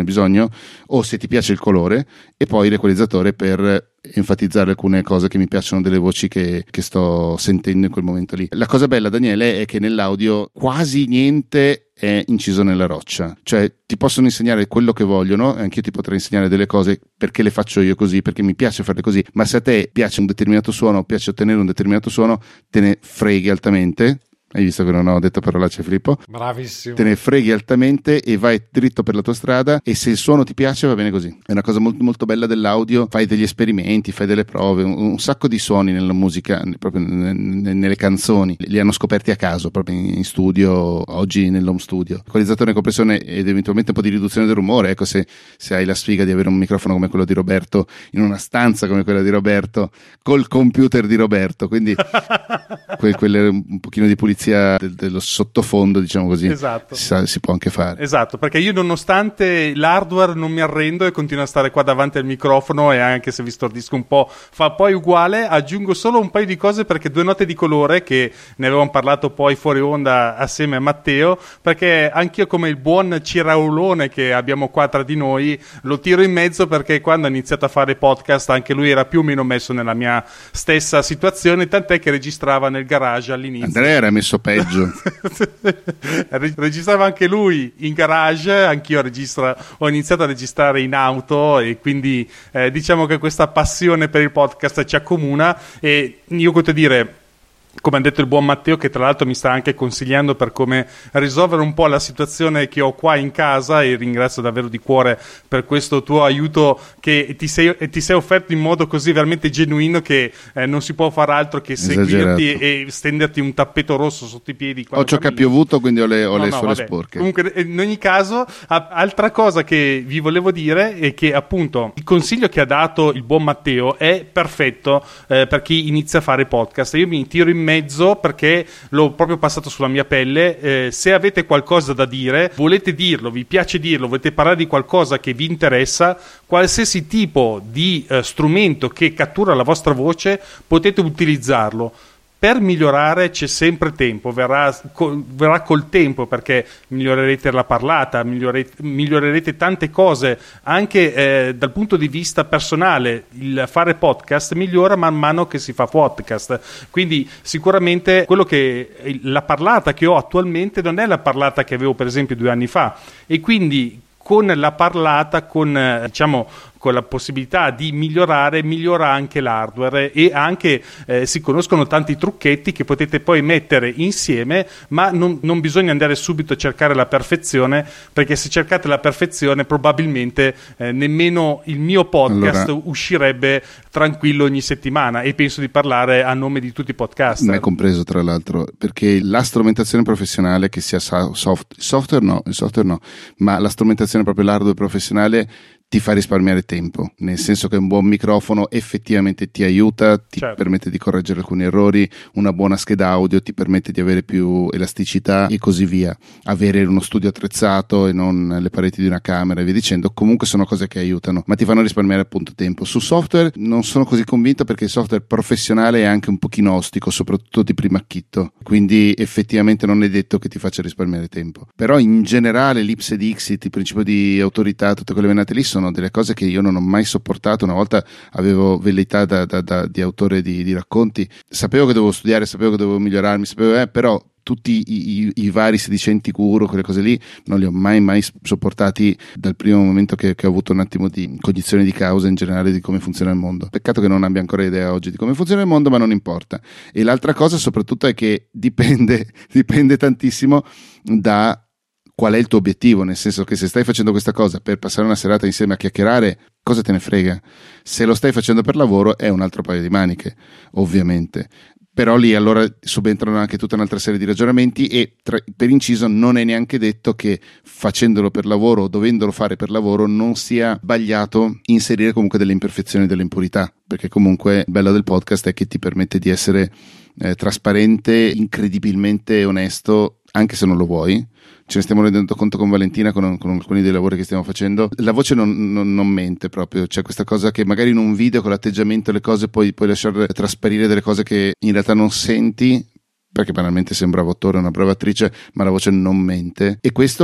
o se ti piace il colore, e poi l'equalizzatore per enfatizzare alcune cose che mi piacciono delle voci che sto sentendo in quel momento lì. La cosa bella, Daniele, è che nell'audio quasi niente è inciso nella roccia, cioè ti possono insegnare quello che vogliono, anche io ti potrei insegnare delle cose perché le faccio io così, perché mi piace farle così, ma se a te piace un determinato suono, piace ottenere un determinato suono, te ne freghi altamente. Hai visto che non ho detto parolacce, Filippo? Bravissimo. Te ne freghi altamente e vai dritto per la tua strada, e se il suono ti piace va bene così. È una cosa molto, molto bella dell'audio. Fai degli esperimenti, fai delle prove, un sacco di suoni nella musica, proprio nelle canzoni li hanno scoperti a caso proprio in studio, oggi nell'home studio. Equalizzatore, compressione ed eventualmente un po' di riduzione del rumore. Ecco, se hai la sfiga di avere un microfono come quello di Roberto in una stanza come quella di Roberto col computer di Roberto, quindi quelle un pochino di pulizia dello sottofondo, diciamo così, esatto. si può anche fare. Esatto, perché io nonostante l'hardware non mi arrendo e continuo a stare qua davanti al microfono, e anche se vi stordisco un po' fa poi uguale. Aggiungo solo un paio di cose, perché 2 note di colore che ne avevamo parlato poi fuori onda assieme a Matteo, perché anch'io, come il buon Ciraulone che abbiamo qua tra di noi, lo tiro in mezzo, perché quando ha iniziato a fare podcast anche lui era più o meno messo nella mia stessa situazione, tant'è che registrava nel garage all'inizio. Andrea era messo peggio. Registrava anche lui in garage, anch'io ho iniziato a registrare in auto, e quindi diciamo che questa passione per il podcast ci accomuna. E io posso dire, come ha detto il buon Matteo, che tra l'altro mi sta anche consigliando per come risolvere un po' la situazione che ho qua in casa, e ringrazio davvero di cuore per questo tuo aiuto che ti sei offerto in modo così veramente genuino, che non si può fare altro che seguirti e stenderti un tappeto rosso sotto i piedi. Ho ciò che ha piovuto, quindi ho le suole sporche. Comunque, in ogni caso, altra cosa che vi volevo dire è che appunto il consiglio che ha dato il buon Matteo è perfetto per chi inizia a fare podcast. Io mi tiro in mezzo perché l'ho proprio passato sulla mia pelle. Se avete qualcosa da dire, volete dirlo, vi piace dirlo, volete parlare di qualcosa che vi interessa, qualsiasi tipo di strumento che cattura la vostra voce, potete utilizzarlo. Per migliorare c'è sempre tempo, verrà col tempo, perché migliorerete la parlata, migliorerete tante cose, anche dal punto di vista personale. Il fare podcast migliora man mano che si fa podcast, quindi sicuramente la parlata che ho attualmente non è la parlata che avevo per esempio 2 anni fa, e quindi con la parlata, con la possibilità di migliora anche l'hardware, e anche si conoscono tanti trucchetti che potete poi mettere insieme, ma non bisogna andare subito a cercare la perfezione, perché se cercate la perfezione probabilmente nemmeno il mio podcast uscirebbe tranquillo ogni settimana, e penso di parlare a nome di tutti i podcast. Me compreso, tra l'altro, perché la strumentazione professionale, che sia software no, ma la strumentazione proprio l'hardware professionale ti fa risparmiare tempo, nel senso che un buon microfono effettivamente ti aiuta, ti permette di correggere alcuni errori, una buona scheda audio ti permette di avere più elasticità e così via, avere uno studio attrezzato e non le pareti di una camera e via dicendo. Comunque sono cose che aiutano, ma ti fanno risparmiare appunto tempo. Su software non sono così convinto, perché il software professionale è anche un pochino ostico, soprattutto di primo acchitto, quindi effettivamente non è detto che ti faccia risparmiare tempo. Però in generale l'Ipse Dixit, il principio di autorità, tutte quelle venate lì sono delle cose che io non ho mai sopportato. Una volta avevo velleità di autore di racconti, sapevo che dovevo studiare, sapevo che dovevo migliorarmi, però tutti i vari sedicenti guru, quelle cose lì, non li ho mai sopportati dal primo momento che ho avuto un attimo di cognizione di causa in generale di come funziona il mondo. Peccato che non abbia ancora idea oggi di come funziona il mondo, ma non importa. E l'altra cosa soprattutto è che dipende tantissimo da qual è il tuo obiettivo, nel senso che se stai facendo questa cosa per passare una serata insieme a chiacchierare, cosa te ne frega? Se lo stai facendo per lavoro è un altro paio di maniche, ovviamente. Però lì allora subentrano anche tutta un'altra serie di ragionamenti, e per inciso non è neanche detto che facendolo per lavoro o dovendolo fare per lavoro non sia sbagliato inserire comunque delle imperfezioni e delle impurità, perché comunque il bello del podcast è che ti permette di essere trasparente, incredibilmente onesto, anche se non lo vuoi. Ce ne stiamo rendendo conto con Valentina, con alcuni dei lavori che stiamo facendo. La voce non mente proprio, c'è questa cosa che magari in un video con l'atteggiamento, le cose puoi lasciare trasparire delle cose che in realtà non senti, perché banalmente sei un bravo attore, una brava attrice, ma la voce non mente, e questo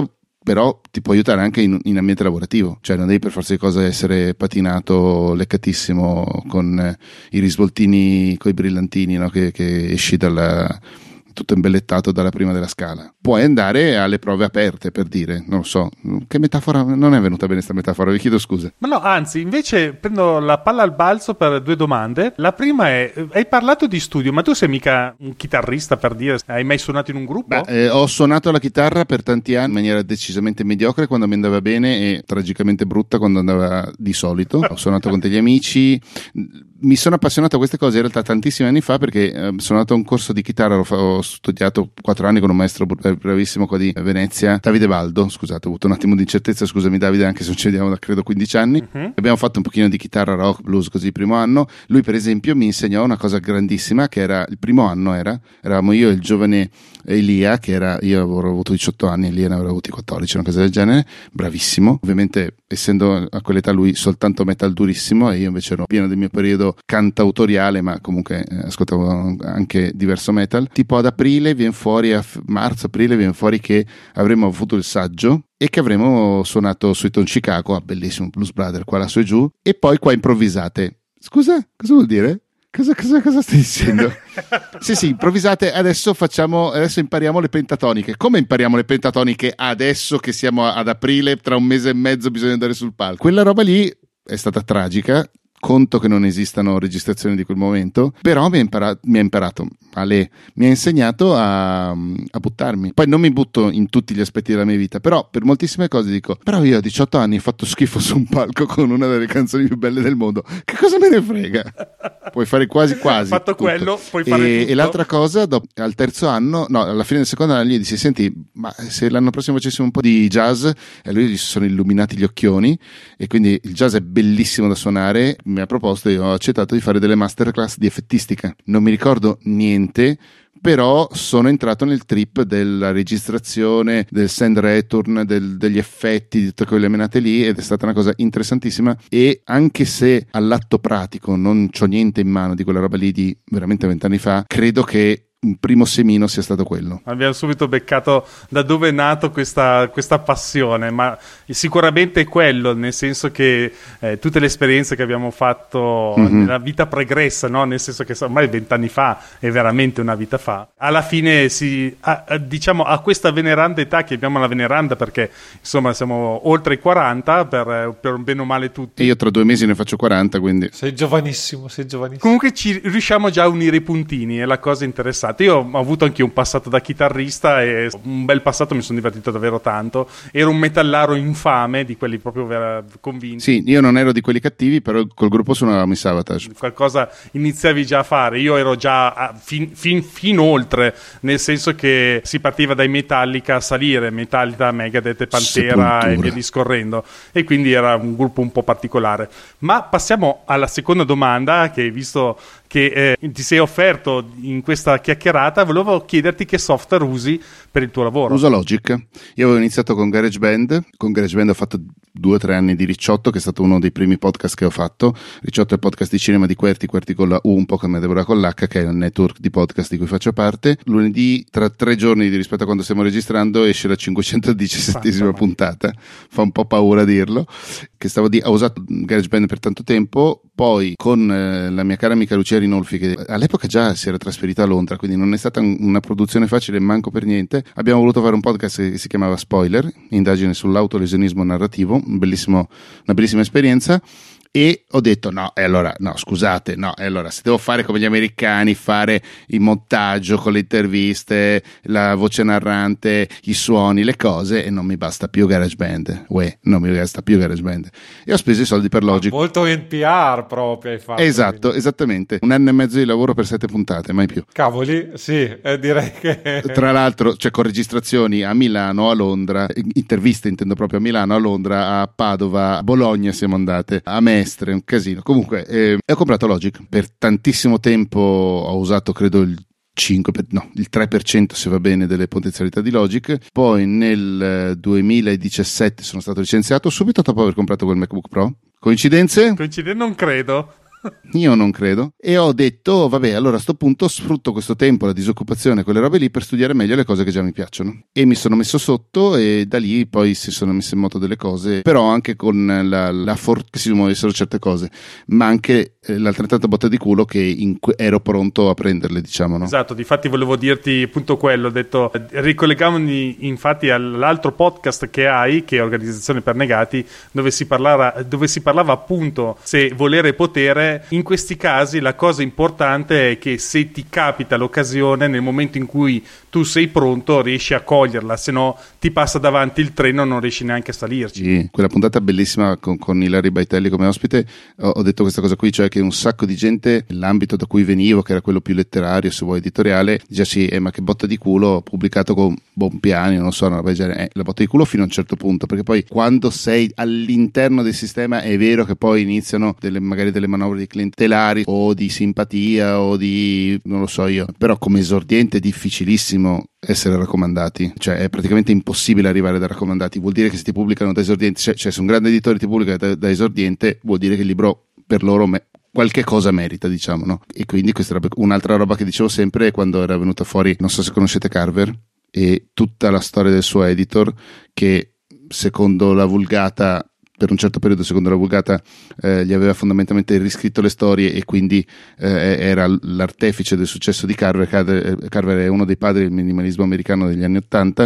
però ti può aiutare anche in ambiente lavorativo, cioè non devi per forza di cose essere patinato leccatissimo con i risvoltini, coi brillantini, no? che esci tutto imbellettato dalla prima della scala. Puoi andare alle prove aperte, per dire, non lo so, che metafora, non è venuta bene sta metafora, vi chiedo scusa. Ma no, anzi, invece prendo la palla al balzo per 2 domande. La prima è, hai parlato di studio, ma tu sei mica un chitarrista, per dire, hai mai suonato in un gruppo? Ho suonato la chitarra per tanti anni in maniera decisamente mediocre quando mi andava bene e tragicamente brutta quando andava di solito. Ho suonato con degli amici. Mi sono appassionato a queste cose in realtà tantissimi anni fa, perché sono andato a un corso di chitarra, ho studiato 4 anni con un maestro bravissimo qua di Venezia, Davide Baldo, scusate, ho avuto un attimo di incertezza, scusami Davide, anche se non ci vediamo da credo 15 anni. Abbiamo fatto un pochino di chitarra rock, blues così il primo anno. Lui per esempio mi insegnò una cosa grandissima, che era il primo anno, eravamo io e il giovane Elia, io avevo avuto 18 anni, Elia ne aveva avuti 14, una cosa del genere, bravissimo, ovviamente essendo a quell'età lui soltanto metal durissimo e io invece ero pieno del mio periodo cantautoriale, ma comunque ascoltavo anche diverso metal. Tipo ad aprile viene fuori, a marzo-aprile viene fuori che avremmo avuto il saggio e che avremmo suonato Sweet on Chicago, bellissimo Blues Brother qua, là su e giù, e poi qua improvvisate. Scusa, cosa vuol dire? Cosa stai dicendo? Sì, improvvisate, adesso impariamo le pentatoniche. Come impariamo le pentatoniche adesso che siamo ad aprile, tra un mese e mezzo bisogna andare sul palco? Quella roba lì è stata tragica. Conto che non esistano registrazioni di quel momento, però mi ha insegnato a buttarmi. Poi non mi butto in tutti gli aspetti della mia vita, però per moltissime cose dico, però io a 18 anni ho fatto schifo su un palco con una delle canzoni più belle del mondo, che cosa me ne frega? Puoi fare quasi fatto tutto. Quello, puoi fare tutto. E l'altra cosa, al terzo anno, no, alla fine del secondo anno gli dissi, senti, ma se l'anno prossimo facessimo un po' di jazz, e lui gli sono illuminati gli occhioni, e quindi il jazz è bellissimo da suonare. Mi ha proposto, io ho accettato di fare delle masterclass di effettistica. Non mi ricordo niente, però sono entrato nel trip della registrazione, del send return, degli effetti, di tutte quelle menate lì, ed è stata una cosa interessantissima. E anche se all'atto pratico non c'ho niente in mano di quella roba lì di veramente 20 anni fa, credo che un primo semino sia stato quello. Abbiamo subito beccato da dove è nato questa passione, ma sicuramente è quello, nel senso che tutte le esperienze che abbiamo fatto nella vita pregressa, no? Nel senso che ormai 20 anni fa è veramente una vita fa, alla fine diciamo a questa veneranda età, chiamiamola la veneranda perché insomma siamo oltre i 40 per bene o male tutti. E io tra 2 mesi ne faccio 40, quindi sei giovanissimo. Comunque ci riusciamo già a unire i puntini, è la cosa interessante. Io ho avuto anche un passato da chitarrista e un bel passato, mi sono divertito davvero tanto. Ero un metallaro infame, di quelli proprio convinti. Sì, io non ero di quelli cattivi, però col gruppo suonavamo i Savatage. Qualcosa iniziavi già a fare. Io ero già fin oltre, nel senso che si partiva dai Metallica a salire, Metallica, Megadeth e Pantera e via discorrendo. E quindi era un gruppo un po' particolare. Ma passiamo alla seconda domanda, che visto che ti sei offerto in questa chiacchierata, volevo chiederti che software usi per il tuo lavoro. Uso Logic. Io avevo iniziato con GarageBand ho fatto 2 o 3 anni di Ricciotto, che è stato uno dei primi podcast che ho fatto. Ricciotto è il podcast di cinema di QWERTY con la U, un po' come Deborah con l'H, che è il network di podcast di cui faccio parte. Lunedì, tra 3 giorni rispetto a quando stiamo registrando, esce la 517esima puntata. Fa un po' paura dirlo. Ho usato GarageBand per tanto tempo, poi con la mia cara amica Lucia Rinolfi, che all'epoca già si era trasferita a Londra, quindi non è stata una produzione facile, manco per niente. Abbiamo voluto fare un podcast che si chiamava Spoiler, indagine sull'autolesionismo narrativo, una bellissima esperienza. E ho detto allora se devo fare come gli americani, fare il montaggio con le interviste, la voce narrante, i suoni, le cose, e non mi basta più GarageBand. E ho speso i soldi per Logic. Molto NPR proprio hai fatto. Esatto, esattamente. 1 anno e mezzo di lavoro per 7 puntate, mai più. Cavoli, sì, direi che... Tra l'altro, con registrazioni a Milano, a Londra, interviste intendo proprio a Milano, a Londra, a Padova, a Bologna siamo andate, a Mestre, un casino. Comunque, ho comprato Logic. Per tantissimo tempo ho usato, credo, il 3% se va bene delle potenzialità di Logic. Poi nel 2017 sono stato licenziato subito dopo aver comprato quel MacBook Pro. Coincidenze? Non credo. Io non credo. E ho detto, vabbè, allora a sto punto sfrutto questo tempo, la disoccupazione, quelle robe lì, per studiare meglio le cose che già mi piacciono. E mi sono messo sotto e da lì poi si sono messe in moto delle cose, però anche con la che si muovessero certe cose, ma anche l'altrettanta botta di culo che ero pronto a prenderle, diciamo, no? Esatto, difatti volevo dirti appunto quello, ho detto, ricollegandomi infatti all'altro podcast che hai, che è Organizzazione per Negati, dove si parlava appunto se volere e potere. In questi casi la cosa importante è che se ti capita l'occasione, nel momento in cui tu sei pronto riesci a coglierla, se no ti passa davanti il treno, non riesci neanche a salirci. Sì, quella puntata bellissima con Ilari Baitelli come ospite, ho detto questa cosa qui, cioè che un sacco di gente nell'ambito da cui venivo, che era quello più letterario, se vuoi editoriale, dice sì, ma che botta di culo, pubblicato con Bompiani, non so, una roba del genere. La botta di culo fino a un certo punto, perché poi quando sei all'interno del sistema è vero che poi iniziano magari delle manovre di clientelari o di simpatia o di, non lo so io, però come esordiente è difficilissimo essere raccomandati, cioè è praticamente impossibile arrivare da raccomandati. Vuol dire che se ti pubblicano da esordienti, cioè se un grande editore ti pubblica da esordiente, vuol dire che il libro per loro qualche cosa merita, diciamo, no? E quindi questa era un'altra roba che dicevo sempre quando era venuta fuori, non so se conoscete Carver, e tutta la storia del suo editor, che secondo la Vulgata, per un certo periodo secondo la Vulgata, gli aveva fondamentalmente riscritto le storie e quindi era l'artefice del successo di Carver. Carver è uno dei padri del minimalismo americano degli anni 80,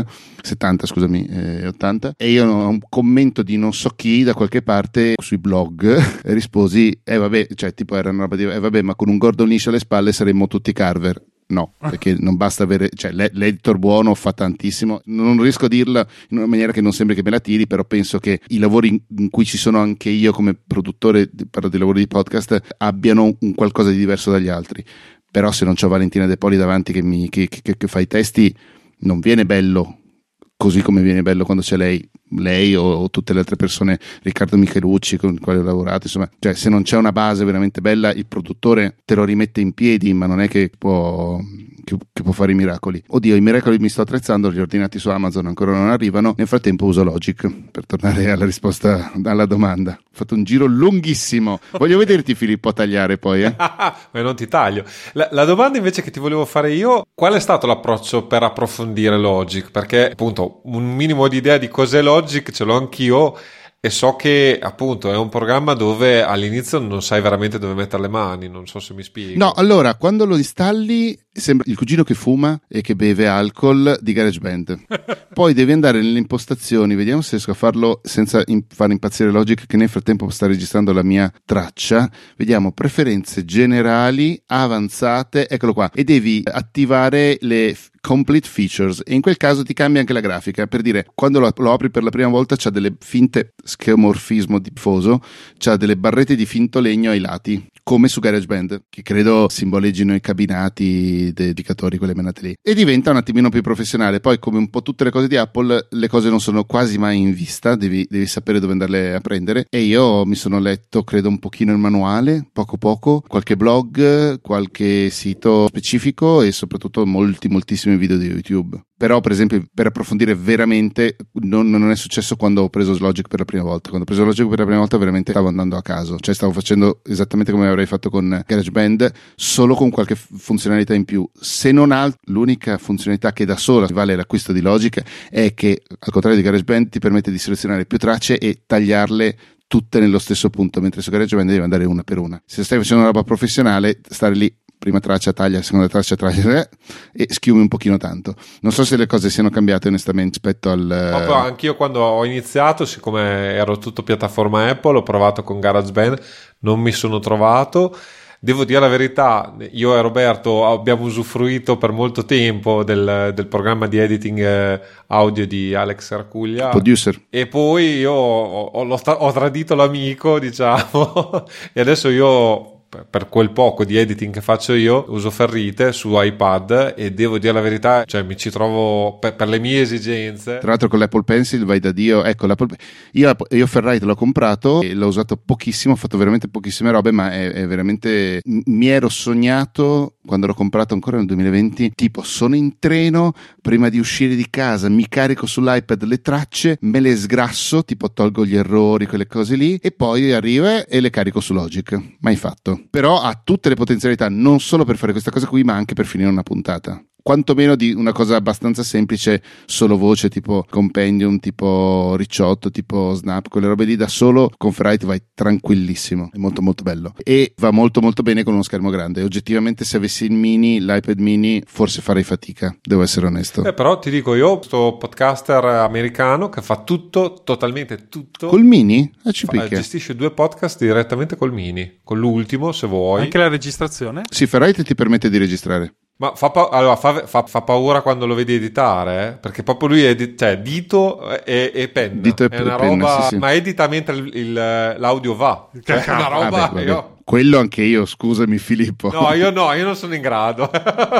e io ho un commento di non so chi da qualche parte sui blog e risposi vabbè, cioè tipo era una roba di vabbè, ma con un Gordon Lish alle spalle saremmo tutti Carver. No, perché non basta avere, cioè l'editor buono fa tantissimo. Non riesco a dirla in una maniera che non sembri che me la tiri, però penso che i lavori in cui ci sono anche io come produttore, parlo di lavori di podcast, abbiano un qualcosa di diverso dagli altri. Però se non c'ho Valentina De Poli davanti che fa i testi, non viene bello così come viene bello quando c'è lei o tutte le altre persone, Riccardo Michelucci con il quale ho lavorato, insomma, cioè se non c'è una base veramente bella il produttore te lo rimette in piedi, ma non è che può fare i miracoli. Oddio, i miracoli mi sto attrezzando, li ho ordinati su Amazon, ancora non arrivano. Nel frattempo uso Logic per tornare alla risposta alla domanda. Ho fatto un giro lunghissimo, voglio vederti Filippo tagliare poi ma non ti taglio. La domanda invece che ti volevo fare io, qual è stato l'approccio per approfondire Logic? Perché appunto un minimo di idea di cos'è Logic ce l'ho anch'io e so che appunto è un programma dove all'inizio non sai veramente dove mettere le mani, non so se mi spiego. No, allora quando lo installi sembra il cugino che fuma e che beve alcol di GarageBand. Poi devi andare nelle impostazioni, vediamo se riesco a farlo senza far impazzire Logic, che nel frattempo sta registrando la mia traccia. Vediamo preferenze generali avanzate, eccolo qua, e devi attivare le complete features e in quel caso ti cambia anche la grafica, per dire quando lo apri per la prima volta c'ha delle finte scheomorfismo diffuso, c'ha delle barrette di finto legno ai lati come su GarageBand, che credo simboleggino i cabinati dedicatori, quelle menate lì, e diventa un attimino più professionale. Poi come un po' tutte le cose di Apple, le cose non sono quasi mai in vista, devi sapere dove andarle a prendere, e io mi sono letto credo un pochino il manuale, poco, qualche blog, qualche sito specifico e soprattutto moltissimi video di YouTube. Però per esempio per approfondire veramente non è successo quando ho preso Logic per la prima volta. Quando ho preso Logic per la prima volta veramente stavo andando a caso, cioè stavo facendo esattamente come avrei fatto con GarageBand, solo con qualche funzionalità in più. Se non altro, l'unica funzionalità che da sola vale l'acquisto di Logic è che al contrario di GarageBand ti permette di selezionare più tracce e tagliarle tutte nello stesso punto, mentre su GarageBand devi andare una per una. Se stai facendo una roba professionale, stare lì, prima traccia taglia, seconda traccia taglia e schiumi un pochino tanto. Non so se le cose siano cambiate onestamente rispetto al... Proprio anch'io quando ho iniziato, siccome ero tutto piattaforma Apple, ho provato con GarageBand, non mi sono trovato. Devo dire la verità, io e Roberto abbiamo usufruito per molto tempo del programma di editing audio di Alex Arcuglia, producer, e poi io ho tradito l'amico, diciamo, e adesso io per quel poco di editing che faccio io uso Ferrite su iPad e devo dire la verità, cioè mi ci trovo per le mie esigenze. Tra l'altro con l'Apple Pencil vai da Dio, ecco io Ferrite l'ho comprato e l'ho usato pochissimo, ho fatto veramente pochissime robe, ma è veramente, mi ero sognato quando l'ho comprato ancora nel 2020, tipo sono in treno, prima di uscire di casa mi carico sull'iPad le tracce, me le sgrasso, tipo tolgo gli errori, quelle cose lì, e poi arrivo e le carico su Logic. Mai fatto. meglio, però ha tutte le potenzialità non solo per fare questa cosa qui, ma anche per finire una puntata. Quantomeno di una cosa abbastanza semplice, solo voce, tipo Compendium, tipo Ricciotto, tipo Snap, quelle robe lì da solo con Ferrite vai tranquillissimo, è molto molto bello e va molto molto bene con uno schermo grande. Oggettivamente se avessi il mini, l'iPad mini, forse farei fatica, devo essere onesto. Però ti dico, io sto podcaster americano che fa tutto, totalmente tutto col mini? Ci picchia. Gestisce 2 podcast direttamente col mini, con l'ultimo se vuoi. Anche la registrazione? Sì, Ferrite ti permette di registrare. Ma fa paura quando lo vedi editare, perché proprio lui dito e penna. Dito e è una penna, roba, sì, sì. ma edita mentre l'audio va. Cioè, è una roba. Vabbè. Quello anche io, scusami Filippo. No, io non sono in grado.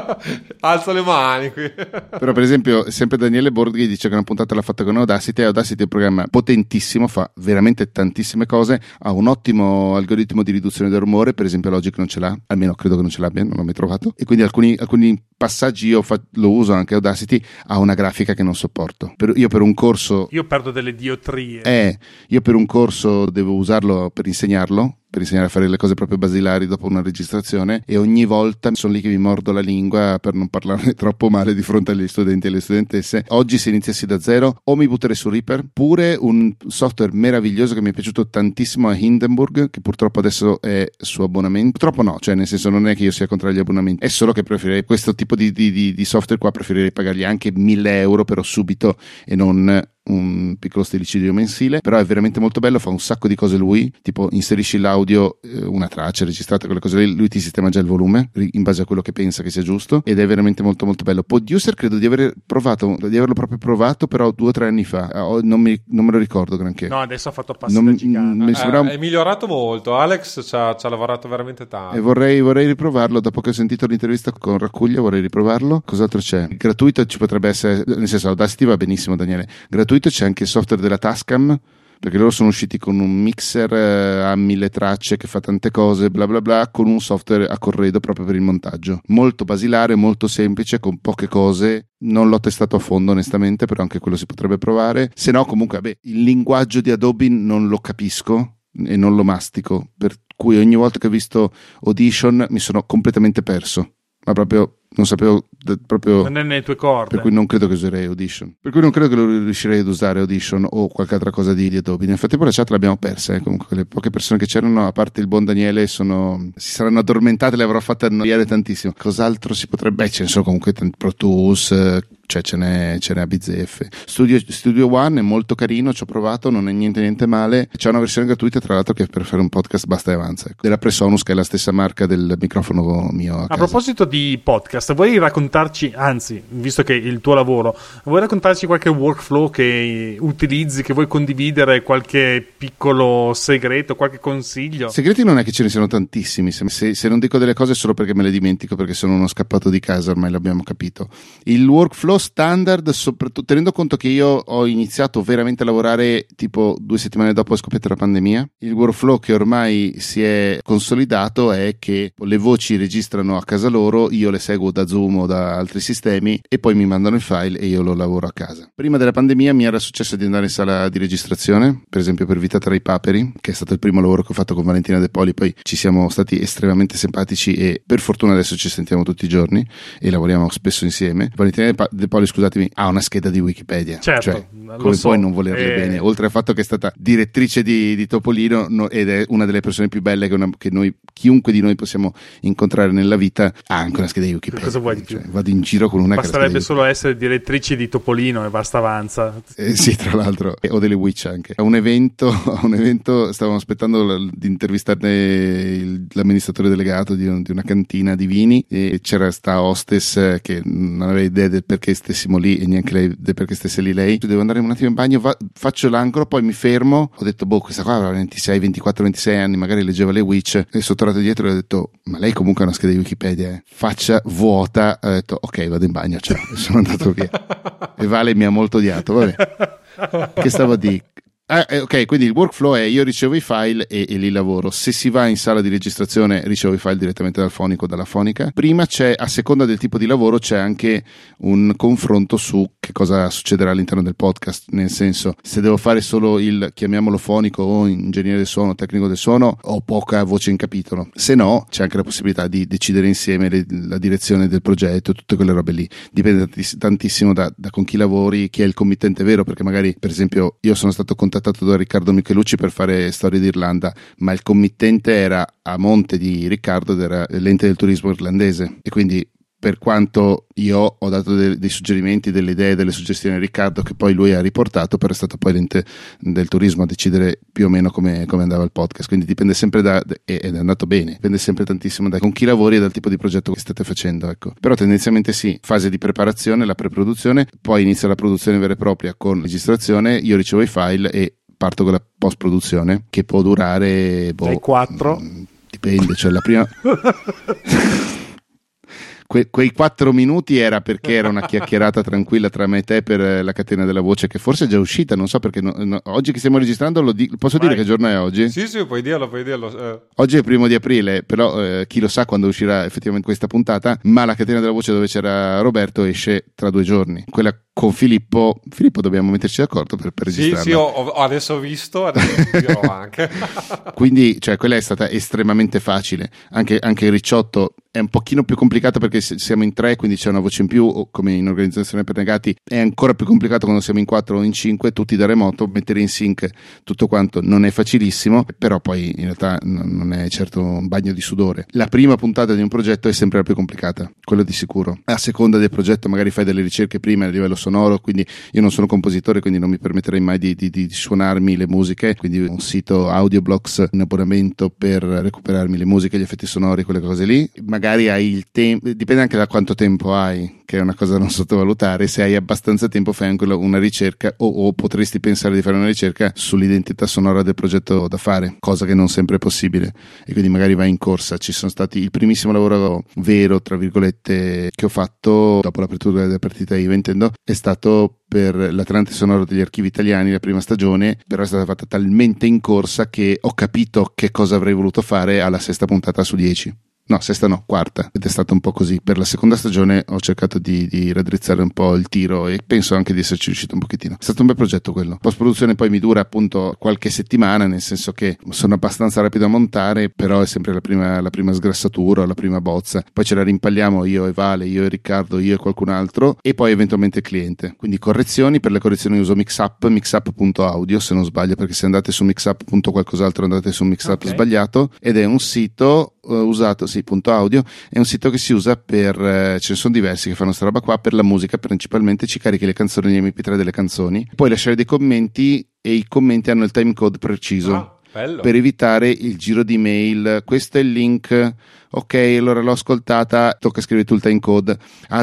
Alzo le mani qui. Però per esempio, sempre Daniele Borghi dice che una puntata l'ha fatta con Audacity. Audacity è un programma potentissimo, fa veramente tantissime cose, ha un ottimo algoritmo di riduzione del rumore, per esempio Logic non ce l'ha, almeno credo che non ce l'abbia, non l'ho mai trovato, e quindi alcuni passaggi lo uso anche Audacity, ha una grafica che non sopporto. Io per un corso... Io perdo delle diottrie. Io per un corso devo usarlo per insegnare a fare le cose proprio basilari dopo una registrazione, e ogni volta sono lì che mi mordo la lingua per non parlarne troppo male di fronte agli studenti e alle studentesse. Oggi se iniziassi da zero o mi butterei su Reaper, pure un software meraviglioso che mi è piaciuto tantissimo è Hindenburg, che purtroppo adesso è su abbonamento. Purtroppo no, cioè nel senso non è che io sia contro gli abbonamenti, è solo che preferirei questo tipo di software qua, preferirei pagargli anche 1.000 euro però subito e non un piccolo stillicidio mensile. Però è veramente molto bello, fa un sacco di cose lui, tipo inserisci l'audio, una traccia registrata, quelle cose lì, lui ti sistema già il volume in base a quello che pensa che sia giusto, ed è veramente molto molto bello. Producer credo di averlo proprio provato, però 2 o 3 anni fa, non me lo ricordo granché. No, adesso ha fatto passi da gigante. È migliorato molto, Alex ci ha lavorato veramente tanto e vorrei riprovarlo. Dopo che ho sentito l'intervista con Raccuglia vorrei riprovarlo. Cos'altro c'è? Gratuito ci potrebbe essere, nel senso Audacity va benissimo Daniele, gratuito c'è anche il software della Tascam, perché loro sono usciti con un mixer a 1000 tracce che fa tante cose bla bla bla, con un software a corredo proprio per il montaggio, molto basilare, molto semplice, con poche cose. Non l'ho testato a fondo onestamente, però anche quello si potrebbe provare. Se no comunque il linguaggio di Adobe non lo capisco e non lo mastico, per cui ogni volta che ho visto Audition mi sono completamente perso, ma proprio non sapevo proprio, non è nelle tue corde, per cui non credo che userei Audition, per cui non credo che lo riuscirei ad usare Audition o qualche altra cosa di Adobe. Nel frattempo la chat l'abbiamo persa, comunque le poche persone che c'erano, a parte il buon Daniele, si saranno addormentate, le avrò fatte annoiare tantissimo. Cos'altro si potrebbe, ce ne sono comunque Pro Tools, cioè ce n'è a bizzeffe. Studio One è molto carino, ci ho provato, non è niente male. C'è una versione gratuita tra l'altro che per fare un podcast basta e avanza, della Presonus, che è la stessa marca del microfono mio a casa. Proposito di podcast, vuoi raccontarci, anzi visto che il tuo lavoro, vuoi raccontarci qualche workflow che utilizzi, che vuoi condividere, qualche piccolo segreto, qualche consiglio? Segreti non è che ce ne siano tantissimi, se non dico delle cose è solo perché me le dimentico, perché sono uno scappato di casa, ormai l'abbiamo capito. Il workflow standard, soprattutto tenendo conto che io ho iniziato veramente a lavorare tipo 2 settimane dopo è scoppiata la pandemia, il workflow che ormai si è consolidato è che le voci registrano a casa loro, io le seguo da Zoom o da altri sistemi e poi mi mandano il file e io lo lavoro a casa. Prima della pandemia mi era successo di andare in sala di registrazione, per esempio per Vita tra i Paperi, che è stato il primo lavoro che ho fatto con Valentina De Poli, poi ci siamo stati estremamente simpatici e per fortuna adesso ci sentiamo tutti i giorni e lavoriamo spesso insieme. Valentina De Poli, scusatemi, ha una scheda di Wikipedia, certo, cioè come puoi non volerle bene, oltre al fatto che è stata direttrice di Topolino ed è una delle persone più belle che noi, chiunque di noi possiamo incontrare nella vita, ha anche una scheda di Wikipedia. Cosa vuoi di più? Cioè, vado in giro con una basterebbe solo essere direttrice di Topolino e basta avanza. Sì, tra l'altro, o delle Witch anche. A un evento stavamo aspettando di intervistare l'amministratore delegato di una cantina di vini e c'era sta hostess che non aveva idea del perché stessimo lì e neanche lei del perché stesse lì lei. Devo andare un attimo in bagno, faccio l'angolo, poi mi fermo, ho detto questa qua aveva 26, 24, 26 anni, magari leggeva le Witch, e sono tornato dietro e ho detto ma lei comunque ha una scheda di Wikipedia, faccia vuota, ho detto ok, vado in bagno, ciao, sono andato via. E Vale mi ha molto odiato, vabbè. Che stavo a dire? Ok, quindi il workflow è io ricevo i file e li lavoro. Se si va in sala di registrazione ricevo i file direttamente dal fonico o dalla fonica. Prima c'è, a seconda del tipo di lavoro, c'è anche un confronto su che cosa succederà all'interno del podcast, nel senso, se devo fare solo il, chiamiamolo fonico o ingegnere del suono, tecnico del suono, ho poca voce in capitolo. Se no, c'è anche la possibilità di decidere insieme la direzione del progetto, tutte quelle robe lì. Dipende tantissimo da con chi lavori, chi è il committente vero, perché magari, per esempio, io sono stato contattato da Riccardo Michelucci per fare Storie d'Irlanda, ma il committente era a monte di Riccardo ed era l'ente del turismo irlandese, e quindi per quanto io ho dato dei suggerimenti, delle idee, delle suggestioni a Riccardo, che poi lui ha riportato, però è stato poi l'ente del turismo a decidere più o meno come andava il podcast. Quindi dipende sempre ed è andato bene, dipende sempre tantissimo da con chi lavori e dal tipo di progetto che state facendo, ecco. Però tendenzialmente sì, fase di preparazione, la preproduzione, poi inizia la produzione vera e propria con registrazione, io ricevo i file e parto con la post produzione, che può durare dai 4 dipende, cioè la prima quei 4 minuti era perché era una chiacchierata tranquilla tra me e te per la catena della voce, che forse è già uscita, non so perché oggi che stiamo registrando posso dire che giorno è oggi? Sì, puoi dirlo. Oggi è il 1 aprile, però chi lo sa quando uscirà effettivamente questa puntata, ma la catena della voce dove c'era Roberto esce tra 2 giorni. Quella con Filippo dobbiamo metterci d'accordo per registrarla. Sì, adesso ho visto, adesso dirò anche. Quindi, cioè, quella è stata estremamente facile. Anche il Ricciotto è un pochino più complicato perché siamo in 3, quindi c'è una voce in più, o come in Organizzazione per Negati è ancora più complicato quando siamo in 4 o in 5, tutti da remoto, mettere in sync tutto quanto non è facilissimo, però poi in realtà non è certo un bagno di sudore. La prima puntata di un progetto è sempre la più complicata, quello di sicuro. A seconda del progetto magari fai delle ricerche prima a livello sonoro, quindi io non sono compositore, quindi non mi permetterei mai di suonarmi le musiche, quindi un sito Audioblocks in abbonamento per recuperarmi le musiche, gli effetti sonori, quelle cose lì. Magari hai il tempo, dipende anche da quanto tempo hai, che è una cosa da non sottovalutare. Se hai abbastanza tempo fai anche una ricerca o potresti pensare di fare una ricerca sull'identità sonora del progetto da fare, cosa che non sempre è possibile, e quindi magari vai in corsa. Ci sono stati il primissimo lavoro vero, tra virgolette, che ho fatto dopo l'apertura della partita IVA, intendo, è stato per l'Atlante sonoro degli archivi italiani, la prima stagione, però è stata fatta talmente in corsa che ho capito che cosa avrei voluto fare alla 6ª puntata su 10. No, 6ª no, 4ª, ed è stato un po' così. Per la seconda stagione ho cercato di raddrizzare un po' il tiro e penso anche di esserci riuscito un pochettino. È stato un bel progetto quello. Post produzione poi mi dura appunto qualche settimana, nel senso che sono abbastanza rapido a montare, però è sempre la prima sgrassatura, la prima bozza, poi ce la rimpagliamo io e Vale, io e Riccardo, io e qualcun altro, e poi eventualmente il cliente. Quindi correzioni, per le correzioni uso mixup.audio se non sbaglio, perché se andate su mixup.qualcos'altro andate su mixup sbagliato, ed è un sito usato, sì, .audio, è un sito che si usa per ce ne sono diversi che fanno sta roba qua, per la musica principalmente, ci carichi le canzoni, gli mp3 delle canzoni, puoi lasciare dei commenti e i commenti hanno il timecode preciso per evitare il giro di mail. Questo è il link, ok, allora l'ho ascoltata, tocca scrivere tu il timecode, a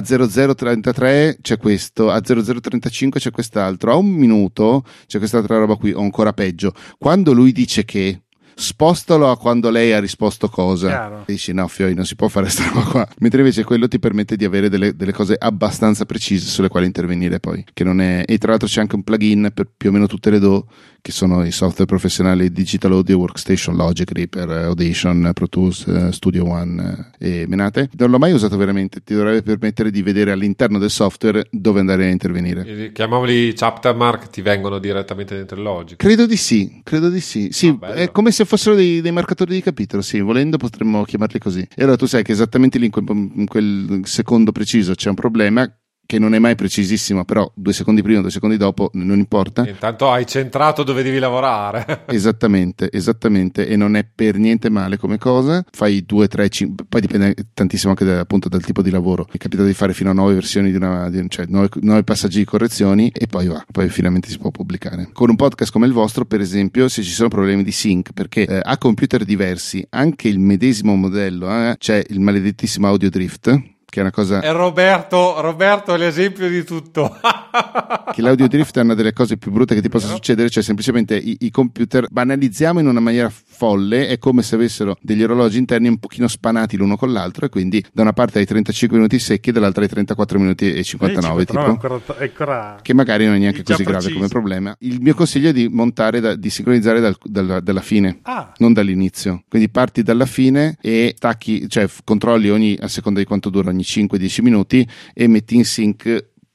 0033 c'è questo, a 0035 c'è quest'altro, a 1 minuto c'è quest'altra roba qui, o ancora peggio, quando lui dice che spostalo a quando lei ha risposto cosa. Chiaro. E dici no Fioi, non si può fare sta roba qua, mentre invece quello ti permette di avere delle cose abbastanza precise sulle quali intervenire poi, che non è. E tra l'altro c'è anche un plugin per più o meno tutte le DAW, che sono i software professionali Digital Audio Workstation, Logic, Reaper, Audition, Pro Tools, Studio One e menate. Non l'ho mai usato veramente, ti dovrebbe permettere di vedere all'interno del software dove andare a intervenire. Chiamiamoli chapter mark, ti vengono direttamente dentro il Logic? Credo di sì. Sì, è come se fossero dei marcatori di capitolo, sì, volendo potremmo chiamarli così. E allora tu sai che esattamente lì in quel secondo preciso c'è un problema che non è mai precisissimo, però 2 secondi prima, 2 secondi dopo non importa. Intanto hai centrato dove devi lavorare. Esattamente, e non è per niente male come cosa. Fai 2, 3, 5, poi dipende tantissimo anche appunto dal tipo di lavoro. Mi capita di fare fino a 9 versioni cioè 9 passaggi di correzioni e poi poi finalmente si può pubblicare. Con un podcast come il vostro, per esempio, se ci sono problemi di sync, perché a computer diversi, anche il medesimo modello, c'è il maledettissimo audio drift, che è una cosa. E Roberto è l'esempio di tutto. Che l'audio drift è una delle cose più brutte che ti possa succedere, cioè semplicemente i computer, banalizziamo in una maniera folle, è come se avessero degli orologi interni un pochino spanati l'uno con l'altro, e quindi da una parte hai 35 minuti secchi e dall'altra hai 34 minuti e 59 tipo, ancora che magari non è neanche così grave come problema. Il mio consiglio è di montare, di sincronizzare dalla fine, non dall'inizio, quindi parti dalla fine e stacchi, cioè controlli a seconda di quanto dura, ogni 5-10 minuti, e metti in sync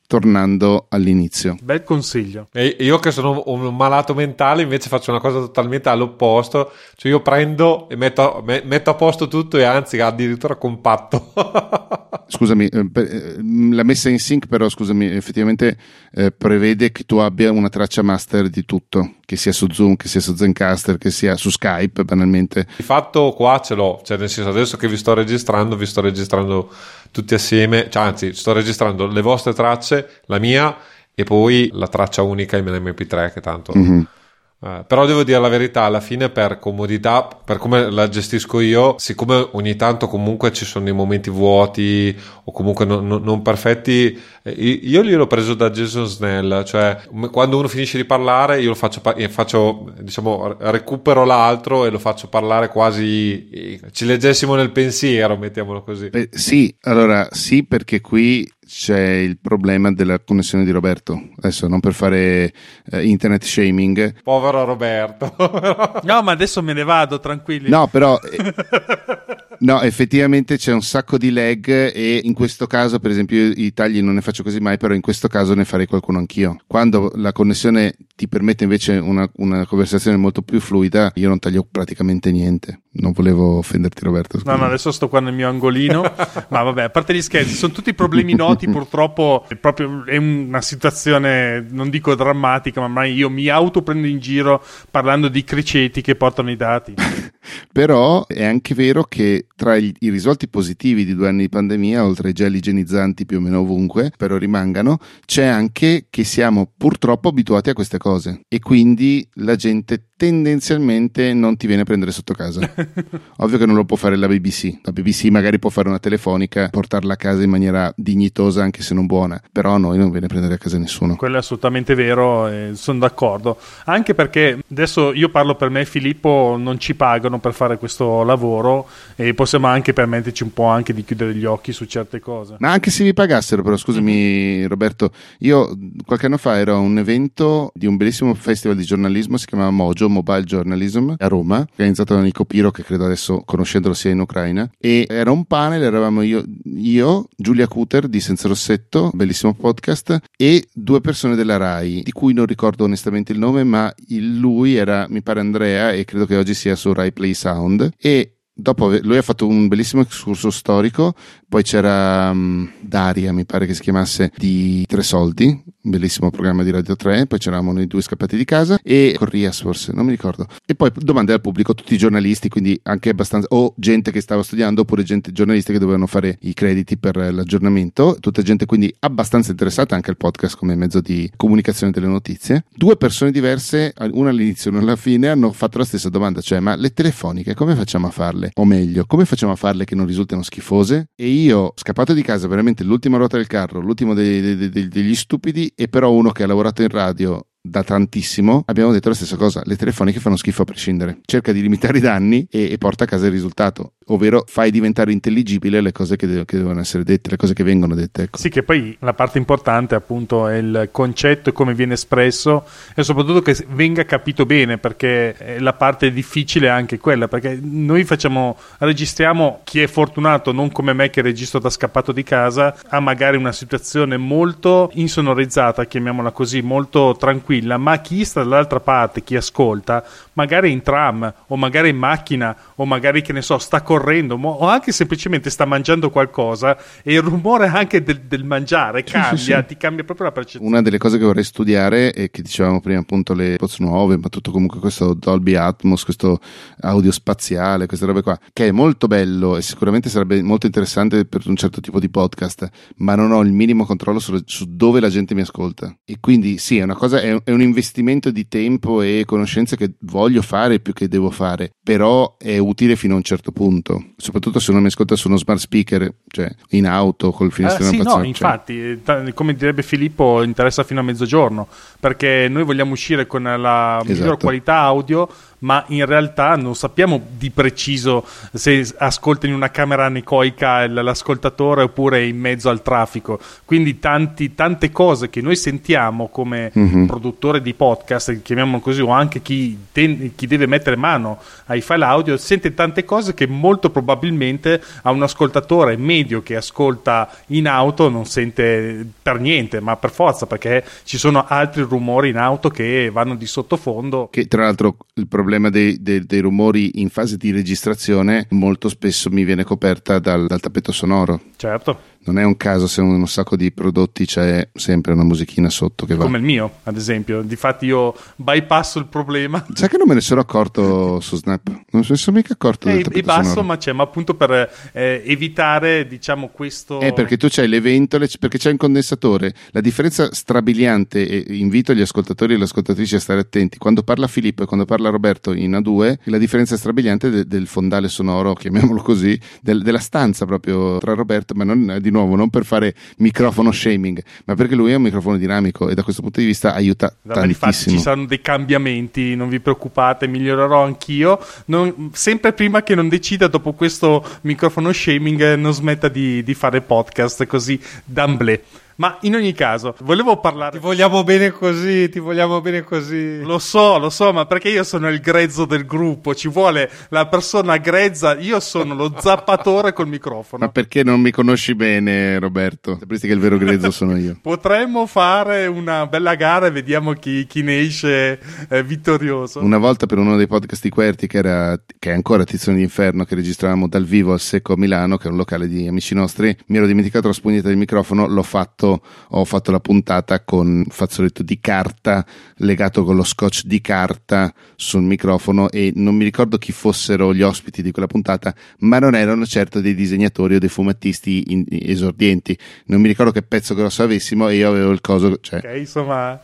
tornando all'inizio. Bel consiglio. E io che sono un malato mentale invece faccio una cosa totalmente all'opposto, cioè io prendo e metto a posto tutto e anzi addirittura compatto. Scusami, la messa in sync però, scusami, effettivamente prevede che tu abbia una traccia master di tutto, che sia su Zoom, che sia su Zencastr, che sia su Skype banalmente. Di fatto qua ce l'ho, cioè nel senso adesso che vi sto registrando tutti assieme, cioè anzi sto registrando le vostre tracce, la mia e poi la traccia unica in MP3 che tanto... Mm-hmm. Però devo dire la verità, alla fine per comodità, per come la gestisco io, siccome ogni tanto comunque ci sono i momenti vuoti o comunque non perfetti, io gliel'ho preso da Jason Snell, cioè quando uno finisce di parlare io lo faccio diciamo recupero l'altro e lo faccio parlare quasi ci leggessimo nel pensiero, mettiamolo così. Sì, allora sì, perché qui c'è il problema della connessione di Roberto. Adesso non per fare internet shaming. Povero Roberto. No, ma adesso me ne vado, tranquilli. No, però no, effettivamente c'è un sacco di lag e in questo caso, per esempio, io i tagli non ne faccio così mai, però in questo caso ne farei qualcuno anch'io. Quando la connessione ti permette invece una conversazione molto più fluida, io non taglio praticamente niente. Non volevo offenderti, Roberto. No, adesso sto qua nel mio angolino. Ma vabbè, a parte gli scherzi, sono tutti problemi noti, purtroppo è una situazione, non dico drammatica, ma mai io mi autoprendo in giro parlando di criceti che portano i dati. Però è anche vero che tra i risvolti positivi di 2 anni di pandemia, oltre ai gel igienizzanti più o meno ovunque, spero rimangano, c'è anche che siamo purtroppo abituati a queste cose e quindi la gente tendenzialmente non ti viene a prendere sotto casa. Ovvio che non lo può fare la BBC magari può fare una telefonica, portarla a casa in maniera dignitosa anche se non buona, però a noi non viene a prendere a casa nessuno. Quello è assolutamente vero e sono d'accordo, anche perché adesso io parlo per me e Filippo, non ci pagano per fare questo lavoro e possiamo anche permetterci un po' anche di chiudere gli occhi su certe cose. Ma anche se vi pagassero, però scusami Roberto, io qualche anno fa ero a un evento di un bellissimo festival di giornalismo, si chiamava Mojo, Mobile Journalism, a Roma, organizzato da Nico Piro, che credo adesso conoscendolo sia in Ucraina, e era un panel, eravamo io, Giulia Cuter di Senza Rossetto, bellissimo podcast, e 2 persone della Rai, di cui non ricordo onestamente il nome, ma lui era, mi pare, Andrea, e credo che oggi sia su Rai Play Sound, e dopo lui ha fatto un bellissimo excursus storico, poi c'era Daria, mi pare che si chiamasse, di Tre Soldi, un bellissimo programma di Radio 3, poi c'eravamo noi 2 scappati di casa, e Corrias forse, non mi ricordo, e poi domande al pubblico, tutti i giornalisti, quindi anche abbastanza, o gente che stava studiando, oppure giornalisti che dovevano fare i crediti per l'aggiornamento, tutta gente quindi abbastanza interessata anche al podcast come mezzo di comunicazione delle notizie. 2 persone diverse, una all'inizio e una alla fine, hanno fatto la stessa domanda, cioè ma le telefoniche come facciamo a farle? O meglio, come facciamo a farle che non risultino schifose? E io, scappato di casa, veramente l'ultima ruota del carro, l'ultimo degli stupidi, e però uno che ha lavorato in radio da tantissimo, abbiamo detto la stessa cosa: le telefoniche fanno schifo a prescindere, cerca di limitare i danni e porta a casa il risultato, ovvero fai diventare intelligibile le cose che devono essere dette, le cose che vengono dette, ecco. Sì, che poi la parte importante appunto è il concetto e come viene espresso e soprattutto che venga capito bene, perché la parte difficile è anche quella, perché noi registriamo, chi è fortunato, non come me che registro da scappato di casa, ha magari una situazione molto insonorizzata, chiamiamola così, molto tranquilla, ma chi sta dall'altra parte, chi ascolta, magari in tram o magari in macchina o magari, che ne so, sta correndo o anche semplicemente sta mangiando qualcosa e il rumore anche del mangiare cambia, ti cambia proprio la percezione. Una delle cose che vorrei studiare è che dicevamo prima, appunto, le AirPods nuove, ma tutto comunque questo Dolby Atmos, questo audio spaziale, queste robe qua, che è molto bello e sicuramente sarebbe molto interessante per un certo tipo di podcast, ma non ho il minimo controllo su dove la gente mi ascolta, e quindi sì, è una cosa, è un investimento di tempo e conoscenze che voglio fare più che devo fare, però è utile fino a un certo punto, soprattutto se uno mi ascolta su uno smart speaker, cioè in auto col finestrino sì, abbazzato. No, infatti, come direbbe Filippo, interessa fino a mezzogiorno, perché noi vogliamo uscire con la miglior qualità audio, ma in realtà non sappiamo di preciso se ascolta in una camera anecoica l'ascoltatore oppure in mezzo al traffico. Quindi tante cose che noi sentiamo come produttore di podcast, chiamiamolo così, o anche chi deve mettere mano ai file audio, sente tante cose che molto probabilmente a un ascoltatore medio che ascolta in auto non sente per niente, ma per forza, perché ci sono altri rumori in auto che vanno di sottofondo. Che tra l'altro il problema dei rumori in fase di registrazione molto spesso mi viene coperta dal tappeto sonoro. Certo. Non è un caso se un sacco di prodotti c'è sempre una musichina sotto che va. Come il mio, ad esempio. Difatti io bypasso il problema. Sai che non me ne sono accorto su Snap? Non mi sono mica accorto del tappeto basso, sonoro. Ma c'è, ma appunto per evitare, diciamo, questo... Perché tu c'hai le ventole, perché c'è un condensatore. La differenza strabiliante, e invito gli ascoltatori e le ascoltatrici a stare attenti, quando parla Filippo e quando parla Roberto in A2, la differenza strabiliante del fondale sonoro, chiamiamolo così, della stanza proprio tra Roberto, ma non di nuovo, non per fare microfono shaming, ma perché lui è un microfono dinamico e da questo punto di vista aiuta tantissimo. Ci saranno dei cambiamenti, non vi preoccupate, migliorerò anch'io, sempre prima che non decida dopo questo microfono shaming non smetta di fare podcast così d'amblè. Ma in ogni caso, volevo parlare... Ti vogliamo bene così. Lo so, ma perché io sono il grezzo del gruppo, ci vuole la persona grezza, io sono lo zappatore col microfono. Ma perché non mi conosci bene, Roberto? Sapresti che il vero grezzo sono io. Potremmo fare una bella gara e vediamo chi ne esce vittorioso. Una volta per uno dei podcast di Querti, che è ancora Tizione d'Inferno, che registravamo dal vivo al Secco a Milano, che è un locale di amici nostri, mi ero dimenticato la spugnetta del microfono, ho fatto la puntata con un fazzoletto di carta legato con lo scotch di carta sul microfono e non mi ricordo chi fossero gli ospiti di quella puntata, ma non erano certo dei disegnatori o dei fumettisti esordienti. Non mi ricordo che pezzo grosso avessimo e io avevo il coso, cioè... Ok, insomma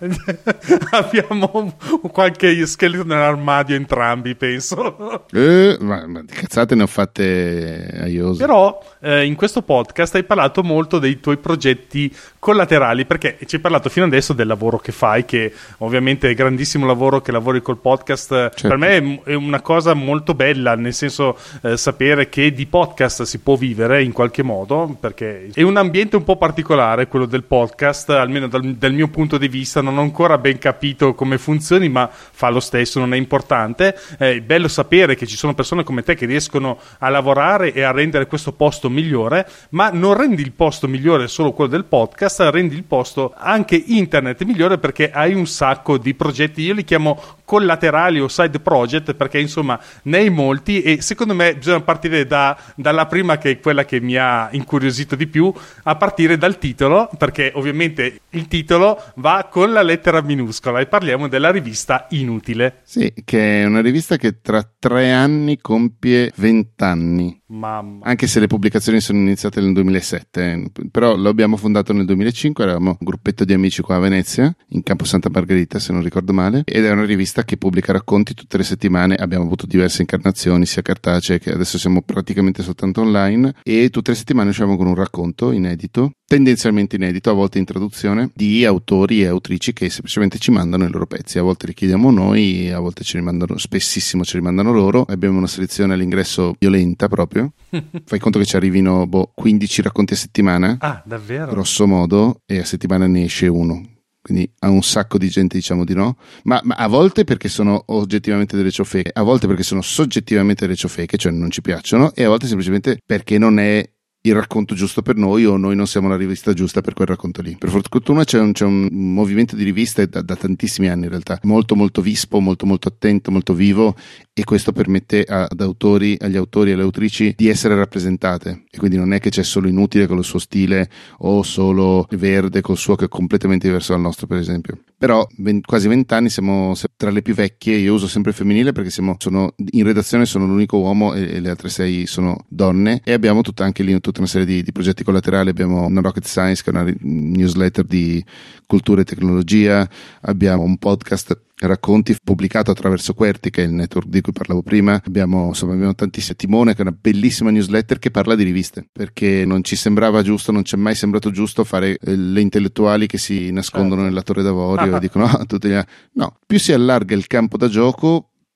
abbiamo qualche scheletro nell'armadio entrambi, penso. Ma di cazzate ne ho fatte aiose. Però in questo podcast hai parlato molto dei tuoi progetti collaterali, perché ci hai parlato fino adesso del lavoro che fai, che ovviamente è grandissimo lavoro che lavori col podcast. Certo. Per me è una cosa molto bella, nel senso sapere che di podcast si può vivere in qualche modo, perché è un ambiente un po' particolare quello del podcast, almeno dal mio punto di vista. Non ho ancora ben capito come funzioni, ma fa lo stesso, non è importante. È bello sapere che ci sono persone come te che riescono a lavorare e a rendere questo posto migliore, ma non rendi il posto migliore solo quello del podcast, rendi il posto anche internet migliore, perché hai un sacco di progetti. Io li chiamo collaterali o side project perché insomma ne hai molti, e secondo me bisogna partire dalla prima, che è quella che mi ha incuriosito di più, a partire dal titolo, perché ovviamente il titolo va con la lettera minuscola e parliamo della rivista Inutile. Sì, che è una rivista che tra 3 anni compie 20 anni. Mamma. Anche se le pubblicazioni sono iniziate nel 2007, però lo abbiamo fondato nel 2005, eravamo un gruppetto di amici qua a Venezia, in Campo Santa Margherita se non ricordo male, ed è una rivista che pubblica racconti tutte le settimane. Abbiamo avuto diverse incarnazioni, sia cartacee che adesso siamo praticamente soltanto online, e tutte le settimane usciamo con un racconto inedito, tendenzialmente inedito, a volte in traduzione, di autori e autrici che semplicemente ci mandano i loro pezzi. A volte li chiediamo noi, a volte ce li mandano, spessissimo ce li mandano loro. Abbiamo una selezione all'ingresso violenta proprio. Fai conto che ci arrivino 15 racconti a settimana. Ah, davvero? Grosso modo, e a settimana ne esce uno. Quindi a un sacco di gente diciamo di no, ma a volte perché sono oggettivamente delle ciofeche, a volte perché sono soggettivamente delle ciofeche, cioè non ci piacciono, e a volte semplicemente perché non è il racconto giusto per noi, o noi non siamo la rivista giusta per quel racconto lì. Per fortuna c'è un movimento di riviste da tantissimi anni in realtà, molto molto vispo, molto molto attento, molto vivo, e questo permette agli autori e alle autrici di essere rappresentate, e quindi non è che c'è solo Inutile con il suo stile o solo Verde col suo, che è completamente diverso dal nostro per esempio. Però quasi 20 anni siamo tra le più vecchie. Io uso sempre il femminile perché sono in redazione, sono l'unico uomo e le altre 6 sono donne, e abbiamo tutta una serie di progetti collaterali. Abbiamo una Rocket Science, che è una newsletter di cultura e tecnologia, abbiamo un podcast racconti pubblicato attraverso Querti, che è il network di cui parlavo prima, abbiamo tantissime. Timone, che è una bellissima newsletter che parla di riviste, perché non ci sembrava giusto, non ci è mai sembrato giusto fare le intellettuali che si nascondono nella Torre d'Avorio e dicono no, più si allarga il campo da gioco,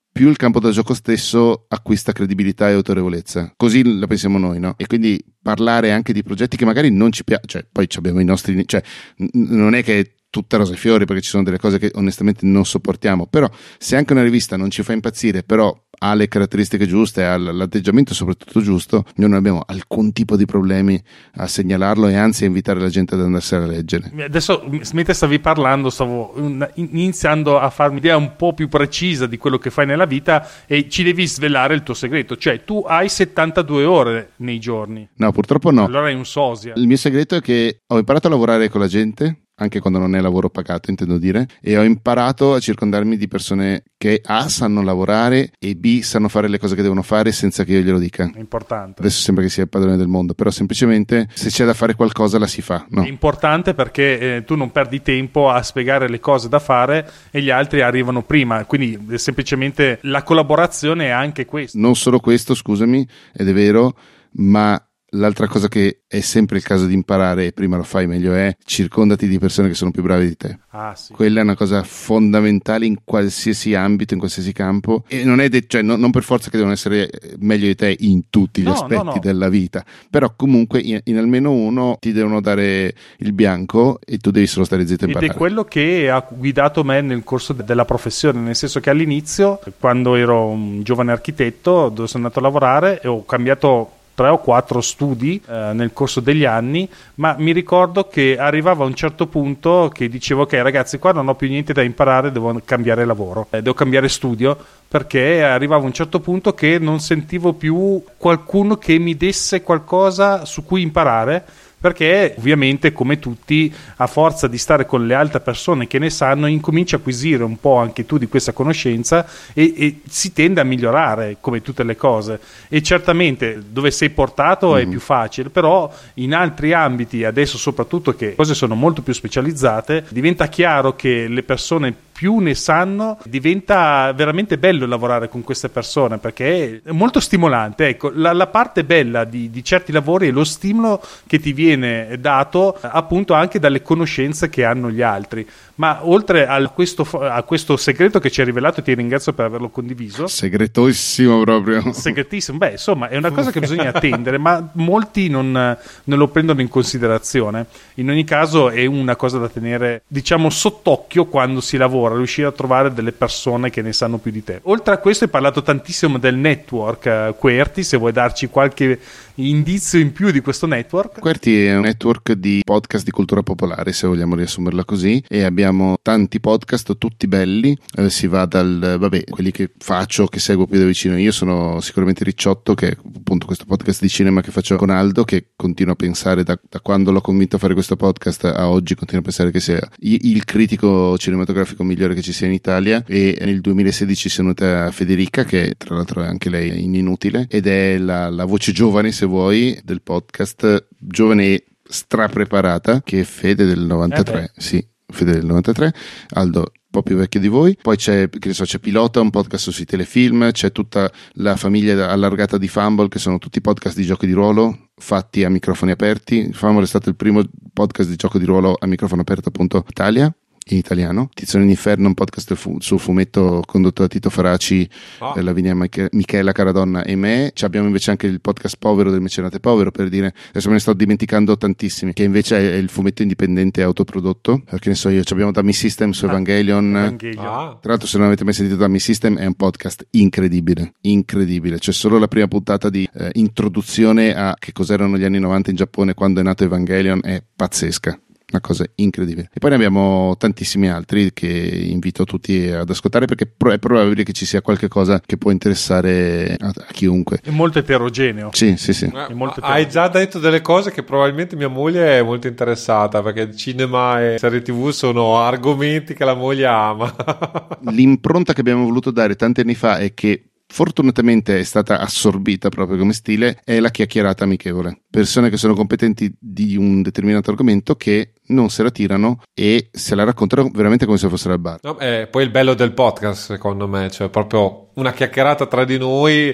più il campo da gioco stesso acquista credibilità e autorevolezza. Così la pensiamo noi, no? E quindi parlare anche di progetti che magari non ci piacciono, cioè poi abbiamo i nostri, cioè non è che tutta rose e fiori, perché ci sono delle cose che onestamente non sopportiamo, però se anche una rivista non ci fa impazzire, però ha le caratteristiche giuste, ha l'atteggiamento soprattutto giusto, noi non abbiamo alcun tipo di problemi a segnalarlo e anzi a invitare la gente ad andarsela a leggere. Adesso, mentre stavi parlando, stavo iniziando a farmi idea un po' più precisa di quello che fai nella vita e ci devi svelare il tuo segreto, cioè tu hai 72 ore nei giorni. No, purtroppo no. Allora è un sosia. Il mio segreto è che ho imparato a lavorare con la gente, anche quando non è lavoro pagato, intendo dire, e ho imparato a circondarmi di persone che A, sanno lavorare e B, sanno fare le cose che devono fare senza che io glielo dica. È importante. Adesso sembra che sia il padrone del mondo, però semplicemente se c'è da fare qualcosa la si fa, no? È importante perché tu non perdi tempo a spiegare le cose da fare e gli altri arrivano prima, quindi semplicemente la collaborazione è anche questo. Non solo questo, scusami, ed è vero, ma l'altra cosa che è sempre il caso di imparare, e prima lo fai meglio è, circondati di persone che sono più brave di te. Ah, sì. Quella è una cosa fondamentale in qualsiasi ambito, in qualsiasi campo, e non è cioè, non per forza che devono essere meglio di te in tutti gli aspetti della vita, però comunque in almeno uno ti devono dare il bianco e tu devi solo stare zitto e imparare. Ed è quello che ha guidato me nel corso della professione, nel senso che all'inizio, quando ero un giovane architetto, dove sono andato a lavorare e ho cambiato 3 o 4 studi nel corso degli anni, ma mi ricordo che arrivava a un certo punto che dicevo ok ragazzi, qua non ho più niente da imparare, devo cambiare lavoro, devo cambiare studio, perché arrivava a un certo punto che non sentivo più qualcuno che mi desse qualcosa su cui imparare, perché ovviamente come tutti a forza di stare con le altre persone che ne sanno incominci a acquisire un po' anche tu di questa conoscenza e si tende a migliorare come tutte le cose, e certamente dove sei portato è più facile, però in altri ambiti adesso soprattutto che le cose sono molto più specializzate diventa chiaro che le persone più ne sanno, diventa veramente bello lavorare con queste persone perché è molto stimolante. Ecco, la parte bella di certi lavori è lo stimolo che ti viene dato appunto anche dalle conoscenze che hanno gli altri. Ma oltre a questo segreto che ci hai rivelato, ti ringrazio per averlo condiviso. Segretissimo proprio. Segretissimo. Beh, insomma, è una cosa che bisogna attendere, ma molti non lo prendono in considerazione. In ogni caso è una cosa da tenere, diciamo, sott'occhio quando si lavora, riuscire a trovare delle persone che ne sanno più di te. Oltre a questo hai parlato tantissimo del network QWERTY, se vuoi darci qualche indizio in più di questo network. QWERTY è un network di podcast di cultura popolare, se vogliamo riassumerla così, e abbiamo tanti podcast, tutti belli, si va quelli che faccio, che seguo più da vicino. Io sono sicuramente Ricciotto, che è appunto questo podcast di cinema che faccio con Aldo, che continuo a pensare da quando l'ho convinto a fare questo podcast a oggi, continuo a pensare che sia il critico cinematografico migliore che ci sia in Italia. E nel 2016 si è venuta Federica, che tra l'altro è anche lei in Inutile, ed è la voce giovane, se vuoi, del podcast, giovane e strapreparata, che è Fede del 93. Sì, Fede del 93, Aldo un po' più vecchio di voi. Poi c'è Pilota, un podcast sui telefilm, c'è tutta la famiglia allargata di Fumble, che sono tutti podcast di giochi di ruolo fatti a microfoni aperti. Fumble è stato il primo podcast di gioco di ruolo a microfono aperto appunto Italia, in italiano. Tizione d'Inferno, un podcast sul fumetto condotto da Tito Faraci, Lavinia Michela Caradonna e me. Abbiamo invece anche il podcast Povero del Mecenate Povero, per dire, adesso me ne sto dimenticando tantissimi, che invece è il fumetto indipendente autoprodotto, perché ne so io, abbiamo Dummy System su Evangelion. Tra l'altro, se non avete mai sentito Dummy System, è un podcast incredibile, c'è solo la prima puntata di introduzione a che cos'erano gli anni 90 in Giappone quando è nato Evangelion, è pazzesca, una cosa incredibile. E poi ne abbiamo tantissimi altri che invito tutti ad ascoltare, perché è probabile che ci sia qualche cosa che può interessare a chiunque. È molto eterogeneo. Sì. È molto Hai già detto delle cose che probabilmente mia moglie è molto interessata, perché cinema e serie TV sono argomenti che la moglie ama. L'impronta che abbiamo voluto dare tanti anni fa e che fortunatamente è stata assorbita proprio come stile è la chiacchierata amichevole. Persone che sono competenti di un determinato argomento, che non se la tirano e se la raccontano veramente come se fossero al bar. No, poi il bello del podcast, secondo me, cioè proprio una chiacchierata tra di noi,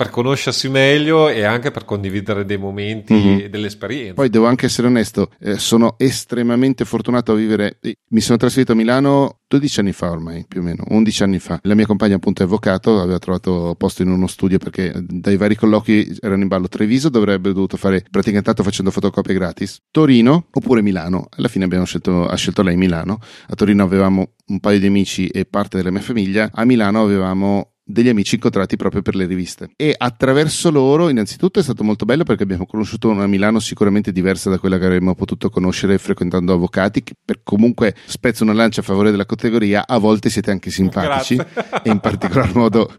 per conoscersi meglio e anche per condividere dei momenti e delle esperienze. Poi devo anche essere onesto, sono estremamente fortunato a vivere. Mi sono trasferito a Milano 12 anni fa ormai, più o meno, 11 anni fa. La mia compagna appunto è avvocato, aveva trovato posto in uno studio perché dai vari colloqui erano in ballo Treviso, dovrebbe dovuto fare praticamente tanto facendo fotocopie gratis, Torino oppure Milano. Alla fine ha scelto lei Milano. A Torino avevamo un paio di amici e parte della mia famiglia, a Milano avevamo degli amici incontrati proprio per le riviste, e attraverso loro innanzitutto è stato molto bello perché abbiamo conosciuto una Milano sicuramente diversa da quella che avremmo potuto conoscere frequentando avvocati, che per comunque spezzo una lancia a favore della categoria, a volte siete anche simpatici. E in particolar modo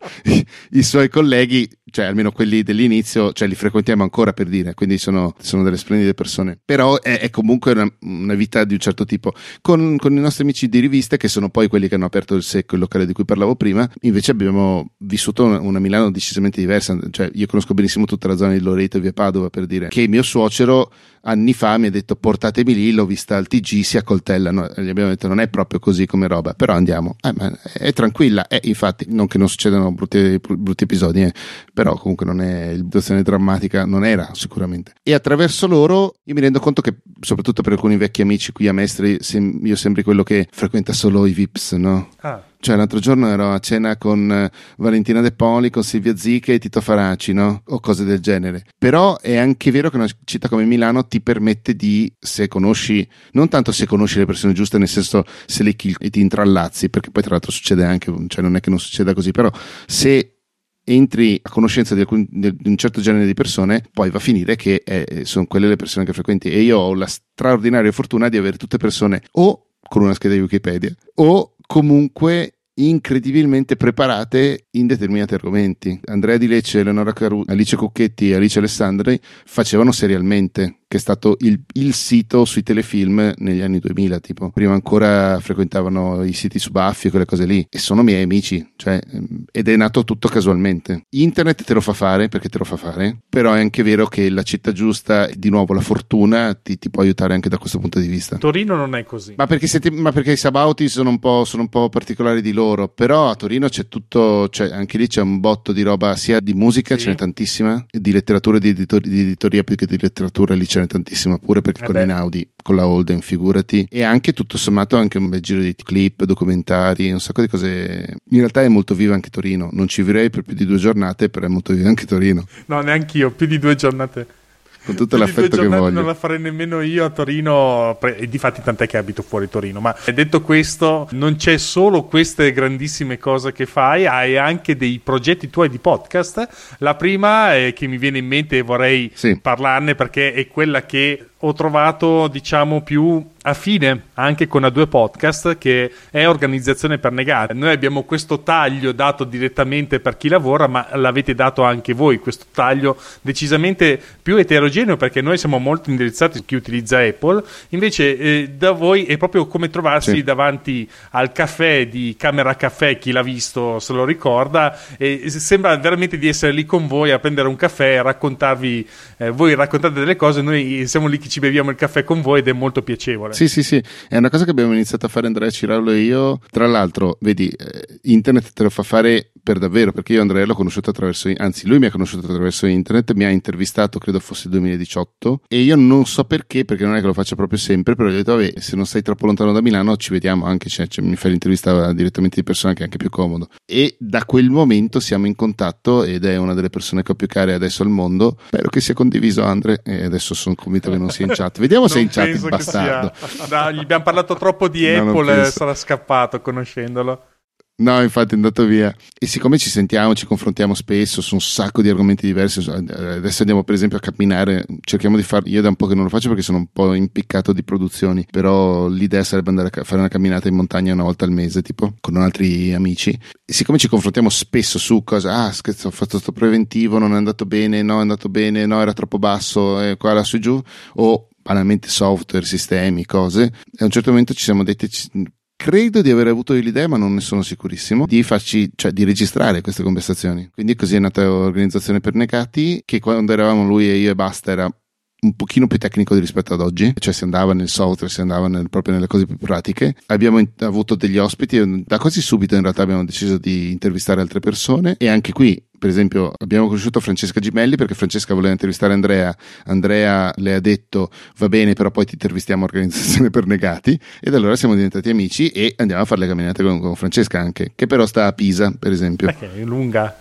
i suoi colleghi, cioè almeno quelli dell'inizio, cioè li frequentiamo ancora, per dire, quindi sono delle splendide persone, però è comunque una vita di un certo tipo. Con i nostri amici di riviste, che sono poi quelli che hanno aperto il Secco, il locale di cui parlavo prima, invece abbiamo vissuto una Milano decisamente diversa. Cioè io conosco benissimo tutta la zona di Loreto e via Padova, per dire, che mio suocero anni fa mi ha detto portatemi lì, l'ho vista al TG, si accoltella. Noi gli abbiamo detto non è proprio così come roba, però andiamo, ma è tranquilla, infatti, non che non succedano brutti episodi, però comunque non è situazione drammatica, non era sicuramente. E attraverso loro io mi rendo conto che soprattutto per alcuni vecchi amici qui a Mestre io sembri quello che frequenta solo i Vips, no? Cioè l'altro giorno ero a cena con Valentina De Poli, con Silvia Ziche e Tito Faraci, no? O cose del genere. Però è anche vero che una città come Milano ti permette di, se conosci, non tanto se conosci le persone giuste, nel senso se le e ti intrallazzi, perché poi tra l'altro succede anche, cioè non è che non succeda così, però se entri a conoscenza di un certo genere di persone, poi va a finire che sono quelle le persone che frequenti. E io ho la straordinaria fortuna di avere tutte persone o con una scheda di Wikipedia o comunque incredibilmente preparate in determinati argomenti. Andrea Di Lecce, Eleonora Caru, Alice Cucchetti e Alice Alessandri facevano Serialmente, che è stato il sito sui telefilm negli anni 2000, tipo prima ancora frequentavano i siti su Buffy e quelle cose lì, e sono miei amici, cioè, ed è nato tutto casualmente. Internet te lo fa fare perché te lo fa fare, però è anche vero che la città giusta, di nuovo la fortuna ti può aiutare anche da questo punto di vista. Torino non è così, ma perché i sabauti sono un po' particolari di loro, però a Torino c'è tutto, cioè anche lì c'è un botto di roba, sia di musica, sì, ce n'è tantissima, di letteratura, di editoria più che di letteratura, lì ce n'è tantissima pure, perché con Einaudi, con la Holden, figurati, e anche tutto sommato anche un bel giro di clip, documentari, un sacco di cose. In realtà è molto viva anche Torino, non ci vivrei per più di 2 giornate, però è molto viva anche Torino. No, neanch'io, più di 2 giornate. Con tutto l'affetto che voglio. Non la farei nemmeno io a Torino, e difatti tant'è che abito fuori Torino. Ma detto questo, non c'è solo queste grandissime cose che fai, hai anche dei progetti tuoi di podcast. La prima che mi viene in mente e vorrei parlarne, perché è quella che ho trovato, diciamo, più affine anche con A2 Podcast, che è Organizzazione per Negati. Noi abbiamo questo taglio dato direttamente per chi lavora, ma l'avete dato anche voi, questo taglio decisamente più eterogeneo, perché noi siamo molto indirizzati su chi utilizza Apple, invece da voi è proprio come trovarsi davanti al caffè di Camera Caffè, chi l'ha visto se lo ricorda, e sembra veramente di essere lì con voi a prendere un caffè e raccontarvi, voi raccontate delle cose, noi siamo lì che ci beviamo il caffè con voi, ed è molto piacevole. Sì, è una cosa che abbiamo iniziato a fare Andrea Ciraulo e io. Tra l'altro, vedi, internet te lo fa fare per davvero, perché io Andrea l'ho conosciuto anzi lui mi ha conosciuto attraverso internet, mi ha intervistato, credo fosse il 2018, e io non so perché non è che lo faccia proprio sempre, però gli ho detto vabbè, se non stai troppo lontano da Milano ci vediamo anche, cioè, mi fai l'intervista direttamente di persona, che è anche più comodo, e da quel momento siamo in contatto ed è una delle persone che ho più care adesso al mondo. Spero che sia condiviso, Andre, e adesso sono convinto che non sia in chat. Vediamo se è in chat il bastardo. No, gli abbiamo parlato troppo di Apple, sarà scappato conoscendolo. No, infatti è andato via. E siccome ci sentiamo, ci confrontiamo spesso su un sacco di argomenti diversi, adesso andiamo per esempio a camminare, cerchiamo di farlo. Io da un po' che non lo faccio perché sono un po' impiccato di produzioni, però l'idea sarebbe andare a fare una camminata in montagna una volta al mese, tipo con altri amici. E siccome ci confrontiamo spesso su cosa, scherzo, ho fatto sto preventivo, non è andato bene, no è andato bene, no era troppo basso, qua là su giù, o banalmente software, sistemi, cose, e a un certo momento ci siamo detti, credo di aver avuto l'idea, ma non ne sono sicurissimo, di farci, cioè di registrare queste conversazioni. Quindi così è nata Organizzazione per Negati, che quando eravamo lui e io e basta era un pochino più tecnico rispetto ad oggi, cioè si andava nel software, si andava proprio nelle cose più pratiche. Abbiamo avuto degli ospiti, da quasi subito in realtà abbiamo deciso di intervistare altre persone, e anche qui per esempio abbiamo conosciuto Francesca Gimelli perché Francesca voleva intervistare Andrea le ha detto va bene, però poi ti intervistiamo a Organizzazione per Negati, ed allora siamo diventati amici e andiamo a fare le camminate con Francesca anche, che però sta a Pisa per esempio. Perché è lunga.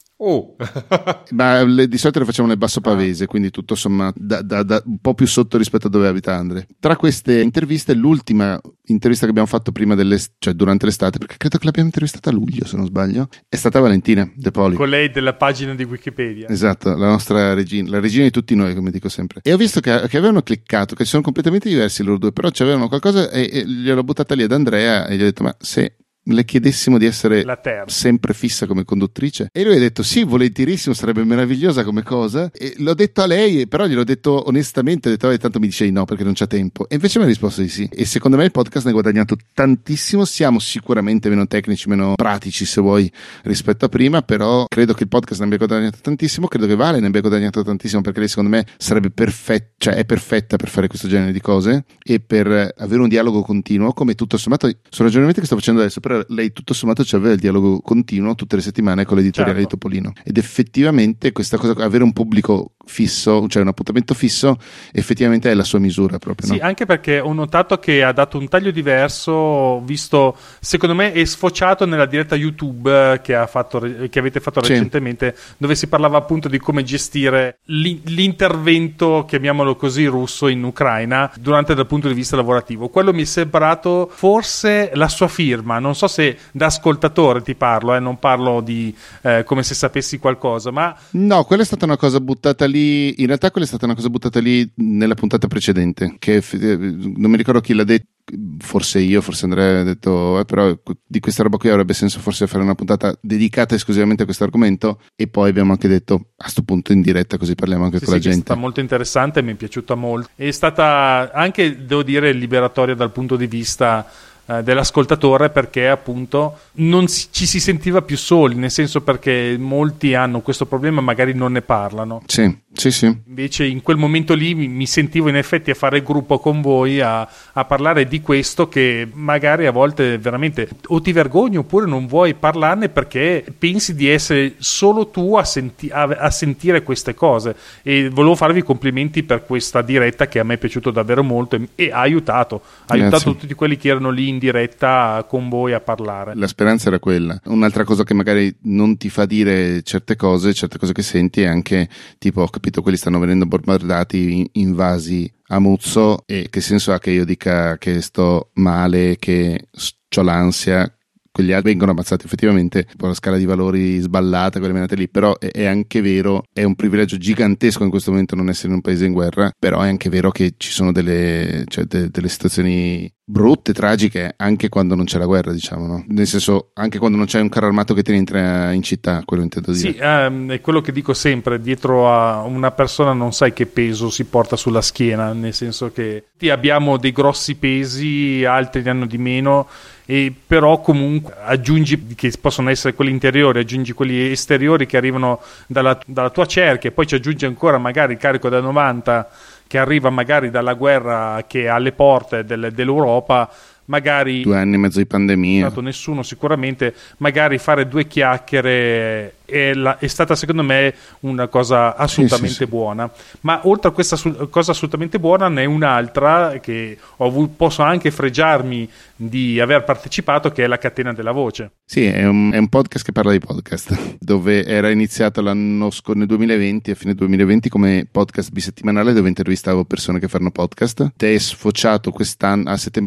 Ma di solito le facciamo nel Basso Pavese, quindi tutto sommato da un po' più sotto rispetto a dove abita Andre. Tra queste interviste, l'ultima intervista che abbiamo fatto cioè durante l'estate, perché credo che l'abbiamo intervistata a luglio se non sbaglio, è stata Valentina De Poli, con lei della pagina di Wikipedia. Esatto, la nostra regina, la regina di tutti noi, come dico sempre. E ho visto che avevano cliccato, che sono completamente diversi loro due, però c'avevano qualcosa e gliel'ho buttata lì ad Andrea e gli ho detto ma se le chiedessimo di essere sempre fissa come conduttrice, e lui ha detto sì, volentierissimo, sarebbe meravigliosa come cosa, e l'ho detto a lei, però gliel'ho detto onestamente, ho detto tanto mi dice di no perché non c'è tempo, e invece mi ha risposto di sì, e secondo me il podcast ne ha guadagnato tantissimo. Siamo sicuramente meno tecnici, meno pratici se vuoi rispetto a prima, però credo che il podcast ne abbia guadagnato tantissimo, credo che Vale ne abbia guadagnato tantissimo, perché lei secondo me sarebbe perfetta, cioè è perfetta per fare questo genere di cose e per avere un dialogo continuo, come tutto sommato sono ragionamenti che sto facendo adesso, però lei tutto sommato c'aveva il dialogo continuo tutte le settimane con l'editoriale di Topolino, ed effettivamente questa cosa, avere un pubblico fisso, cioè un appuntamento fisso, effettivamente è la sua misura proprio. Sì, no? Anche perché ho notato che ha dato un taglio diverso, visto, secondo me è sfociato nella diretta YouTube che avete fatto recentemente, dove si parlava appunto di come gestire l'intervento, chiamiamolo così, russo in Ucraina dal punto di vista lavorativo. Quello mi è sembrato forse la sua firma, non so se da ascoltatore ti parlo, non parlo di come se sapessi qualcosa, ma no, quella è stata una cosa buttata lì, in realtà quella è stata una cosa buttata lì nella puntata precedente, che non mi ricordo chi l'ha detto, forse io, forse Andrea, ha detto però di questa roba qui avrebbe senso forse fare una puntata dedicata esclusivamente a questo argomento, e poi abbiamo anche detto a sto punto in diretta, così parliamo anche con la gente. È stata molto interessante, mi è piaciuta molto, è stata anche, devo dire, liberatoria dal punto di vista dell'ascoltatore, perché appunto non ci si sentiva più soli, nel senso, perché molti hanno questo problema, magari non ne parlano. Sì. Invece in quel momento lì mi sentivo in effetti a fare gruppo con voi a parlare di questo, che magari a volte veramente o ti vergogni oppure non vuoi parlarne perché pensi di essere solo tu a sentire queste cose, e volevo farvi i complimenti per questa diretta che a me è piaciuto davvero molto e ha aiutato tutti quelli che erano lì in diretta con voi a parlare. La speranza era quella. Un'altra cosa che magari non ti fa dire certe cose che senti è anche tipo, ho capito, quelli stanno venendo bombardati, invasi a Muzzo, e che senso ha che io dica che sto male, che ho l'ansia? Quegli altri vengono ammazzati effettivamente, un po' la scala di valori sballata, quelle menate lì, però è anche vero, è un privilegio gigantesco in questo momento non essere in un paese in guerra, però è anche vero che ci sono delle situazioni brutte, tragiche, anche quando non c'è la guerra, diciamo, no? Nel senso, anche quando non c'è un carro armato che ti entra in città, quello intendo dire. Sì, è quello che dico sempre, dietro a una persona non sai che peso si porta sulla schiena, nel senso che abbiamo dei grossi pesi, altri ne hanno di meno, e però comunque aggiungi, che possono essere quelli interiori, aggiungi quelli esteriori che arrivano dalla tua cerchia, e poi ci aggiungi ancora magari il carico da 90 che arriva magari dalla guerra che è alle porte dell'Europa, magari 2 anni e mezzo di pandemia, nessuno sicuramente, magari fare 2 chiacchiere è stata secondo me una cosa assolutamente buona. Ma oltre a questa cosa assolutamente buona ne è un'altra che posso anche fregiarmi di aver partecipato, che è la Catena della Voce. Sì, è un podcast che parla di podcast, dove era iniziato l'anno scorso, nel 2020, a fine 2020, come podcast bisettimanale dove intervistavo persone che fanno podcast. È sfociato quest'anno, a settembre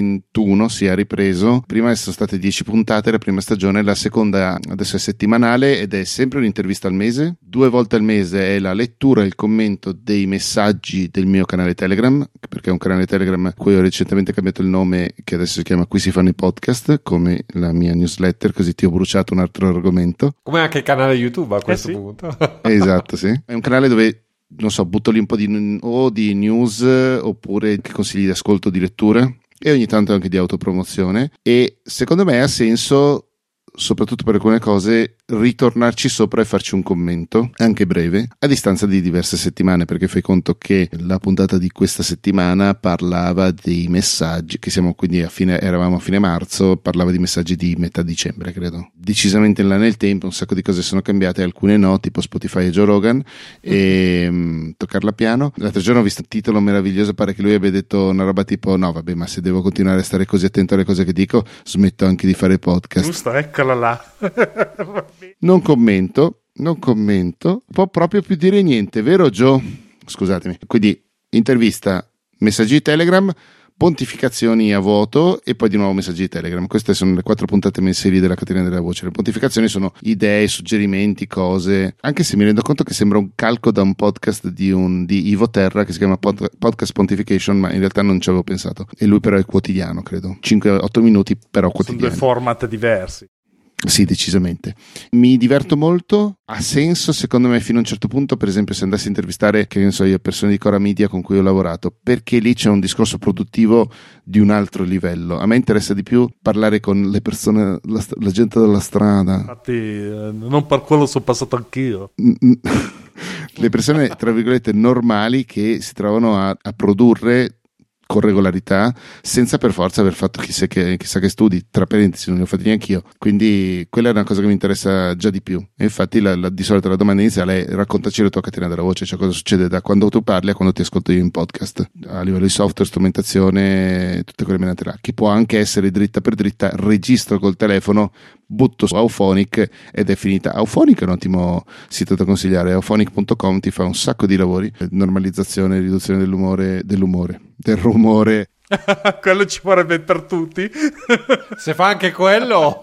2021 si è ripreso. Prima sono state 10 puntate la prima stagione, la seconda adesso è settimanale ed è sempre un'intervista al mese. 2 volte al mese è la lettura e il commento dei messaggi del mio canale Telegram, perché è un canale Telegram a cui ho recentemente cambiato il nome, che adesso si chiama Qui si fanno i podcast, come la mia newsletter, così ti ho bruciato un altro argomento. Come anche il canale YouTube a questo punto. Esatto, sì. È un canale dove, non so, butto lì un po' di news, oppure consigli di ascolto, di lettura, e ogni tanto anche di autopromozione, e secondo me ha senso soprattutto per alcune cose, ritornarci sopra e farci un commento, anche breve, a distanza di diverse settimane, perché fai conto che la puntata di questa settimana parlava dei messaggi, che siamo quindi eravamo a fine marzo, parlava di messaggi di metà dicembre, credo. Decisamente in là nel tempo, un sacco di cose sono cambiate, alcune no, tipo Spotify e Joe Rogan, e toccarla piano. L'altro giorno ho visto un titolo meraviglioso, pare che lui abbia detto una roba tipo: no vabbè, ma se devo continuare a stare così attento alle cose che dico, smetto anche di fare podcast. Giusto, eccola là. Non commento, può proprio più dire niente, vero Joe? Scusatemi. Quindi intervista, messaggi di Telegram, pontificazioni a vuoto e poi di nuovo messaggi di Telegram. Queste sono le 4 puntate mensili della Catena della Voce. Le pontificazioni sono idee, suggerimenti, cose, anche se mi rendo conto che sembra un calco da un podcast di Ivo Terra che si chiama Podcast Pontification, ma in realtà non ci avevo pensato, e lui però è quotidiano, credo 5-8 minuti, però quotidiano. Sono 2 format diversi. Sì, decisamente. Mi diverto molto, ha senso secondo me fino a un certo punto, per esempio se andassi a intervistare, che ne so io, persone di Cora Media con cui ho lavorato, perché lì c'è un discorso produttivo di un altro livello. A me interessa di più parlare con le persone, la gente della strada. Infatti non per quello sono passato anch'io. Le persone tra virgolette normali che si trovano a produrre con regolarità, senza per forza aver fatto chissà che studi, tra parentesi non ne ho fatti neanche io, quindi quella è una cosa che mi interessa già di più. E infatti di solito la domanda iniziale è: raccontaci la tua catena della voce, cioè cosa succede da quando tu parli a quando ti ascolto io in podcast, a livello di software, strumentazione, tutte quelle menate là, che può anche essere dritta per dritta, registro col telefono, butto su Auphonic ed è finita. Auphonic è un ottimo sito da consigliare, auphonic.com, ti fa un sacco di lavori, normalizzazione, riduzione del rumore. Quello ci vorrebbe per tutti. Se fa anche quello.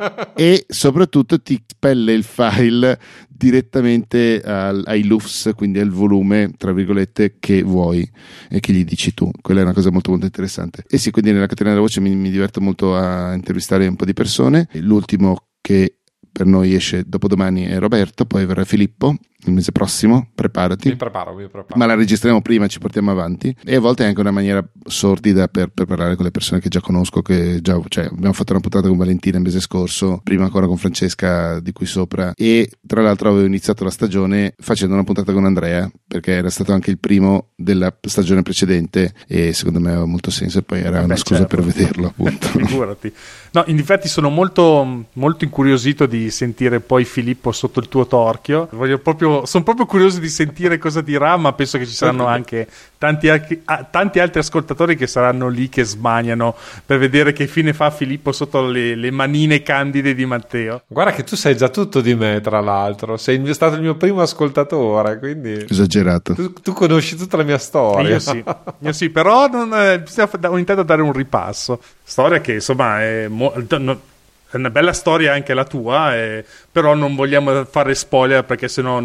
E soprattutto ti spelle il file direttamente ai LUFS, quindi al volume tra virgolette che vuoi e che gli dici tu. Quella è una cosa molto molto interessante. E sì, quindi nella catena della voce mi diverto molto a intervistare un po' di persone. L'ultimo che per noi esce dopodomani è Roberto, poi verrà Filippo il mese prossimo, preparati. Mi preparo. Ma la registriamo prima, ci portiamo avanti, e a volte è anche una maniera sordida per parlare con le persone che già conosco, cioè abbiamo fatto una puntata con Valentina il mese scorso, prima ancora con Francesca di qui sopra, e tra l'altro avevo iniziato la stagione facendo una puntata con Andrea, perché era stato anche il primo della stagione precedente e secondo me aveva molto senso, e poi era una scusa per vederlo, appunto. Figurati. No, in difetti sono molto, molto incuriosito di sentire poi Filippo sotto il tuo torchio. Sono proprio curioso di sentire cosa dirà, ma penso che ci saranno anche tanti altri ascoltatori che saranno lì che smaniano per vedere che fine fa Filippo sotto le manine candide di Matteo. Guarda che tu sai già tutto di me, tra l'altro. Sei stato il mio primo ascoltatore, quindi esagerato. Tu conosci tutta la mia storia. Io sì, però bisogna ogni tanto dare un ripasso. Storia che insomma è una bella storia anche la tua, però non vogliamo fare spoiler perché sennò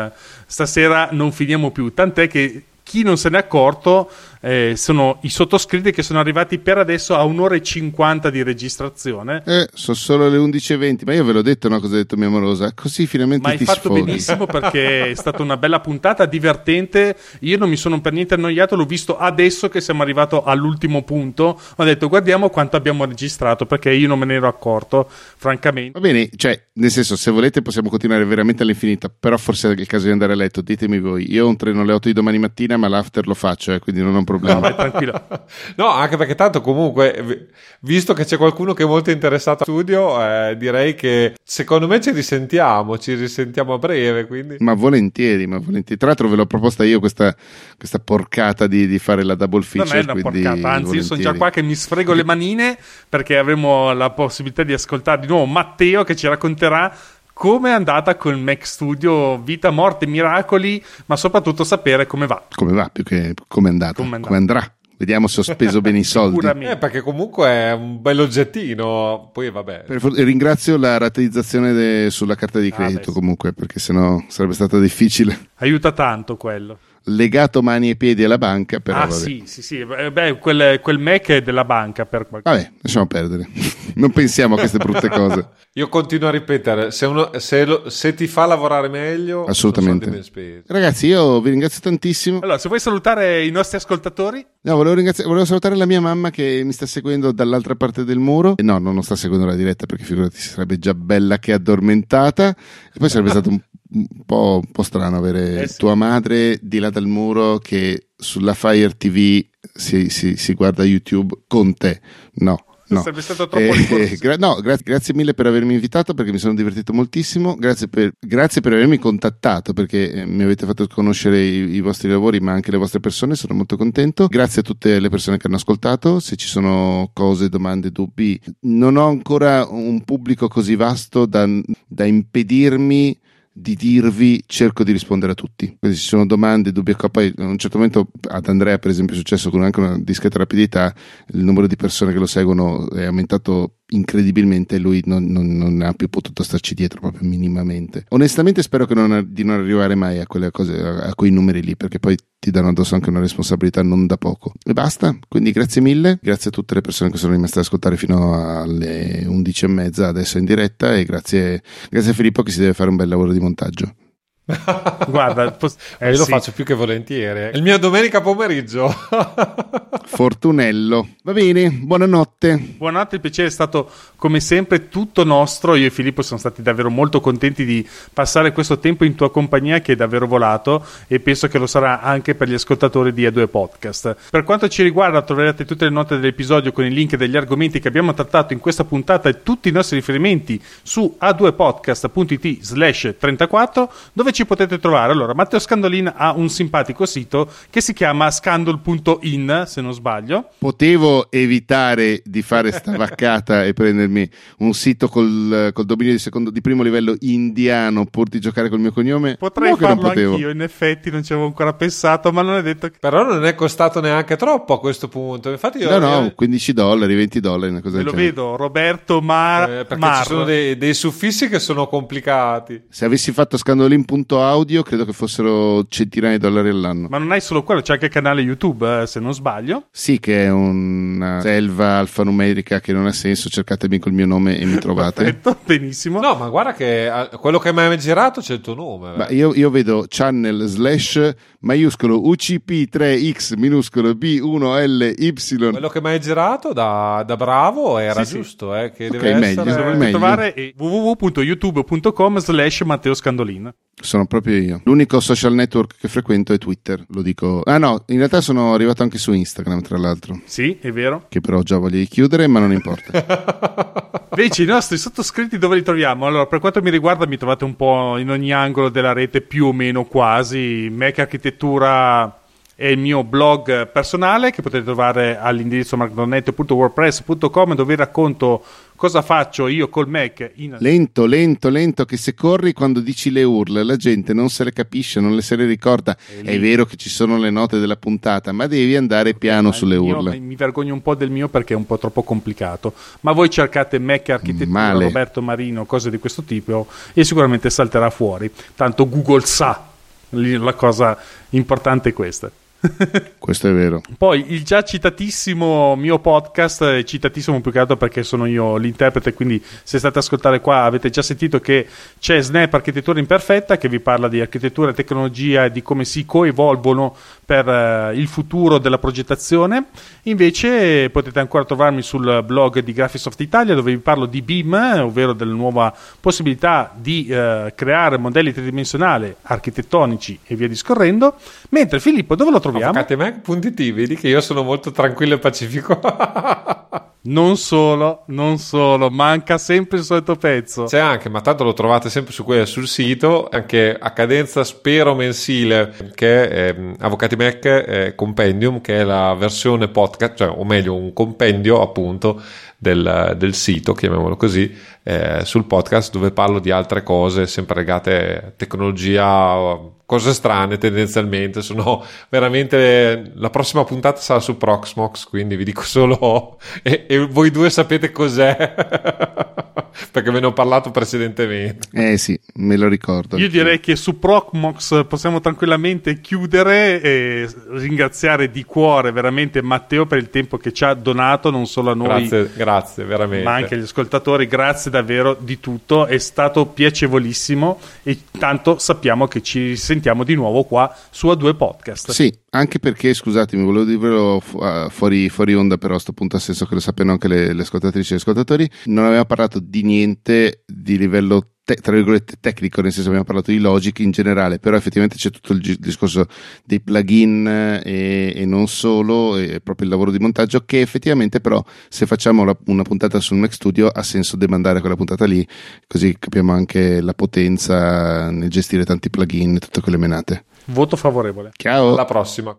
stasera non finiamo più. Tant'è che chi non se n'è accorto sono i sottoscritti che sono arrivati per adesso a 1 ora e 50 di registrazione. Sono solo le 11:20, ma io ve l'ho detto, no, cosa ha detto mia amorosa, così finalmente ti sfoghi. Ma hai fatto benissimo perché è stata una bella puntata, divertente. Io non mi sono per niente annoiato, l'ho visto adesso che siamo arrivati all'ultimo punto, ho detto guardiamo quanto abbiamo registrato, perché io non me ne ero accorto, francamente. Va bene, cioè nel senso, se volete possiamo continuare veramente all'infinito, però forse è il caso di andare a letto, ditemi voi. Io ho un treno alle 8 di domani mattina, ma l'after lo faccio, quindi non ho un problema. No, vai tranquillo. No, anche perché tanto comunque, visto che c'è qualcuno che è molto interessato al studio, direi che secondo me ci risentiamo a breve, quindi. Ma volentieri. Tra l'altro ve l'ho proposta io questa porcata di fare la double feature. Non è una porcata, anzi io sono già qua che mi sfrego le manine perché avremo la possibilità di ascoltare di nuovo Matteo che ci racconterà come è andata col Mac Studio, vita, morte, miracoli, ma soprattutto sapere come va. Come va, più che come è andata, come andrà. Vediamo se ho speso bene i soldi. Perché comunque è un bell'oggettino. Poi vabbè. Ringrazio la rateizzazione sulla carta di credito, comunque, perché sennò sarebbe stato difficile. Aiuta tanto quello. legato mani e piedi alla banca, però vabbè. Sì. Beh, quel Mac è della banca per vabbè, lasciamo perdere. Non pensiamo a queste brutte cose. Io continuo a ripetere, se ti fa lavorare meglio, assolutamente. Ben spesi. Ragazzi, io vi ringrazio tantissimo. Allora, se vuoi salutare i nostri ascoltatori? No, volevo salutare la mia mamma che mi sta seguendo dall'altra parte del muro. No, non sta seguendo la diretta perché figurati, sarebbe già bella che è addormentata. E poi sarebbe stato un po' strano avere tua madre di là dal muro che sulla Fire TV si guarda YouTube con te. No. Sarebbe stato troppo grazie mille per avermi invitato, perché mi sono divertito moltissimo. Grazie per avermi contattato, perché mi avete fatto conoscere i vostri lavori, ma anche le vostre persone. Sono molto contento. Grazie a tutte le persone che hanno ascoltato. Se ci sono cose, domande, dubbi, non ho ancora un pubblico così vasto da impedirmi di dirvi, cerco di rispondere a tutti. Quindi ci sono domande, dubbi, poi a un certo momento ad Andrea per esempio è successo con anche una discreta rapidità, il numero di persone che lo seguono è aumentato incredibilmente e lui non ha più potuto starci dietro proprio minimamente. Onestamente spero di non arrivare mai a quelle cose, a quei numeri lì, perché poi ti danno addosso anche una responsabilità non da poco. E basta, quindi grazie mille, grazie a tutte le persone che sono rimaste ad ascoltare fino alle 11:30 adesso in diretta, e grazie a Filippo che si deve fare un bel lavoro di montaggio. Guarda, io lo faccio più che volentieri. È il mio domenica pomeriggio. Fortunello. Va bene, buonanotte. Buonanotte, il piacere è stato come sempre tutto nostro. Io e Filippo siamo stati davvero molto contenti di passare questo tempo in tua compagnia, che è davvero volato, e penso che lo sarà anche per gli ascoltatori di A2 Podcast. Per quanto ci riguarda, troverete tutte le note dell'episodio con i link degli argomenti che abbiamo trattato in questa puntata e tutti i nostri riferimenti su a2podcast.it/34, dove ci potete trovare. Allora, Matteo Scandolin ha un simpatico sito che si chiama scandal.in, se non sbaglio. Potevo evitare di fare sta vaccata e prendermi un sito col dominio di primo livello indiano pur di giocare col mio cognome. Potrei farlo anch'io, in effetti non ci avevo ancora pensato, ma non è detto che... Però non è costato neanche troppo a questo punto. Infatti io $15, $20, una cosa del genere. Lo vedo, Roberto perché ci sono dei suffissi che sono complicati. Se avessi fatto scandolin.audio credo che fossero centinaia di dollari all'anno. Ma non hai solo quello, c'è anche il canale YouTube, se non sbaglio. Sì, che è una selva alfanumerica che non ha senso, cercatemi col mio nome e mi trovate. Perfetto, benissimo. No, ma guarda che quello che mi hai girato c'è il tuo nome. Ma io vedo channel / maiuscolo UCP3X minuscolo B1LY. Quello che mi hai girato da bravo era giusto, che okay, deve essere. Se volete trovare è www.youtube.com/Matteo Scandolin. Sono proprio io. L'unico social network che frequento è Twitter, lo dico. Ah no, in realtà sono arrivato anche su Instagram, tra l'altro. Sì, è vero. Che però già voglio chiudere, ma non importa. Invece i nostri sottoscritti dove li troviamo? Allora, per quanto mi riguarda, mi trovate un po' in ogni angolo della rete, più o meno quasi. Mac Architettura è il mio blog personale, che potete trovare all'indirizzo markdonetto.wordpress.com, dove racconto cosa faccio io col Mac. Lento, che se corri quando dici le URL la gente non se le capisce, non se le ricorda. È vero che ci sono le note della puntata, ma devi andare piano sulle URL. Mi vergogno un po' del mio perché è un po' troppo complicato, ma voi cercate Mac Architettura, Roberto Marino, cose di questo tipo, e sicuramente salterà fuori. Tanto Google sa, la cosa importante è questa. Questo è vero. Poi il già citatissimo mio podcast, è citatissimo più che altro perché sono io l'interprete, quindi se state ad ascoltare qua avete già sentito che c'è Snap Architettura Imperfetta, che vi parla di architettura e tecnologia e di come si coevolvono per il futuro della progettazione. Invece potete ancora trovarmi sul blog di Graphisoft Italia, dove vi parlo di BIM, ovvero della nuova possibilità di creare modelli tridimensionali, architettonici e via discorrendo. Mentre Filippo, dove lo troviamo? Avvocatemac.it, vedi che io sono molto tranquillo e pacifico. Non solo, manca sempre il solito pezzo. C'è anche, ma tanto lo trovate sempre sul sito, anche a cadenza spero mensile, che è Avvocatemac Compendium, che è la versione podcast, cioè, o meglio un compendio appunto del sito, chiamiamolo così, sul podcast, dove parlo di altre cose sempre legate a tecnologia, cose strane tendenzialmente. Sono veramente, la prossima puntata sarà su Proxmox, quindi vi dico solo e voi due sapete cos'è perché ve ne ho parlato precedentemente. Sì, me lo ricordo. Io direi che su Proxmox possiamo tranquillamente chiudere e ringraziare di cuore veramente Matteo per il tempo che ci ha donato, non solo a noi, grazie veramente, ma anche agli ascoltatori. Grazie davvero di tutto, è stato piacevolissimo e tanto sappiamo che ci sentiamo di nuovo qua su A2 Podcast. Sì, anche perché, scusatemi, volevo dirvelo fuori onda, però a sto punto ha senso che lo sappiano anche le ascoltatrici e gli ascoltatori. Non avevamo parlato di niente di livello tra virgolette tecnico, nel senso abbiamo parlato di Logic in generale, però effettivamente c'è tutto il discorso dei plugin e non solo, e proprio il lavoro di montaggio, che effettivamente però se facciamo una puntata sul Mac Studio ha senso demandare quella puntata lì, così capiamo anche la potenza nel gestire tanti plugin e tutte quelle menate. Voto favorevole. Ciao, alla prossima.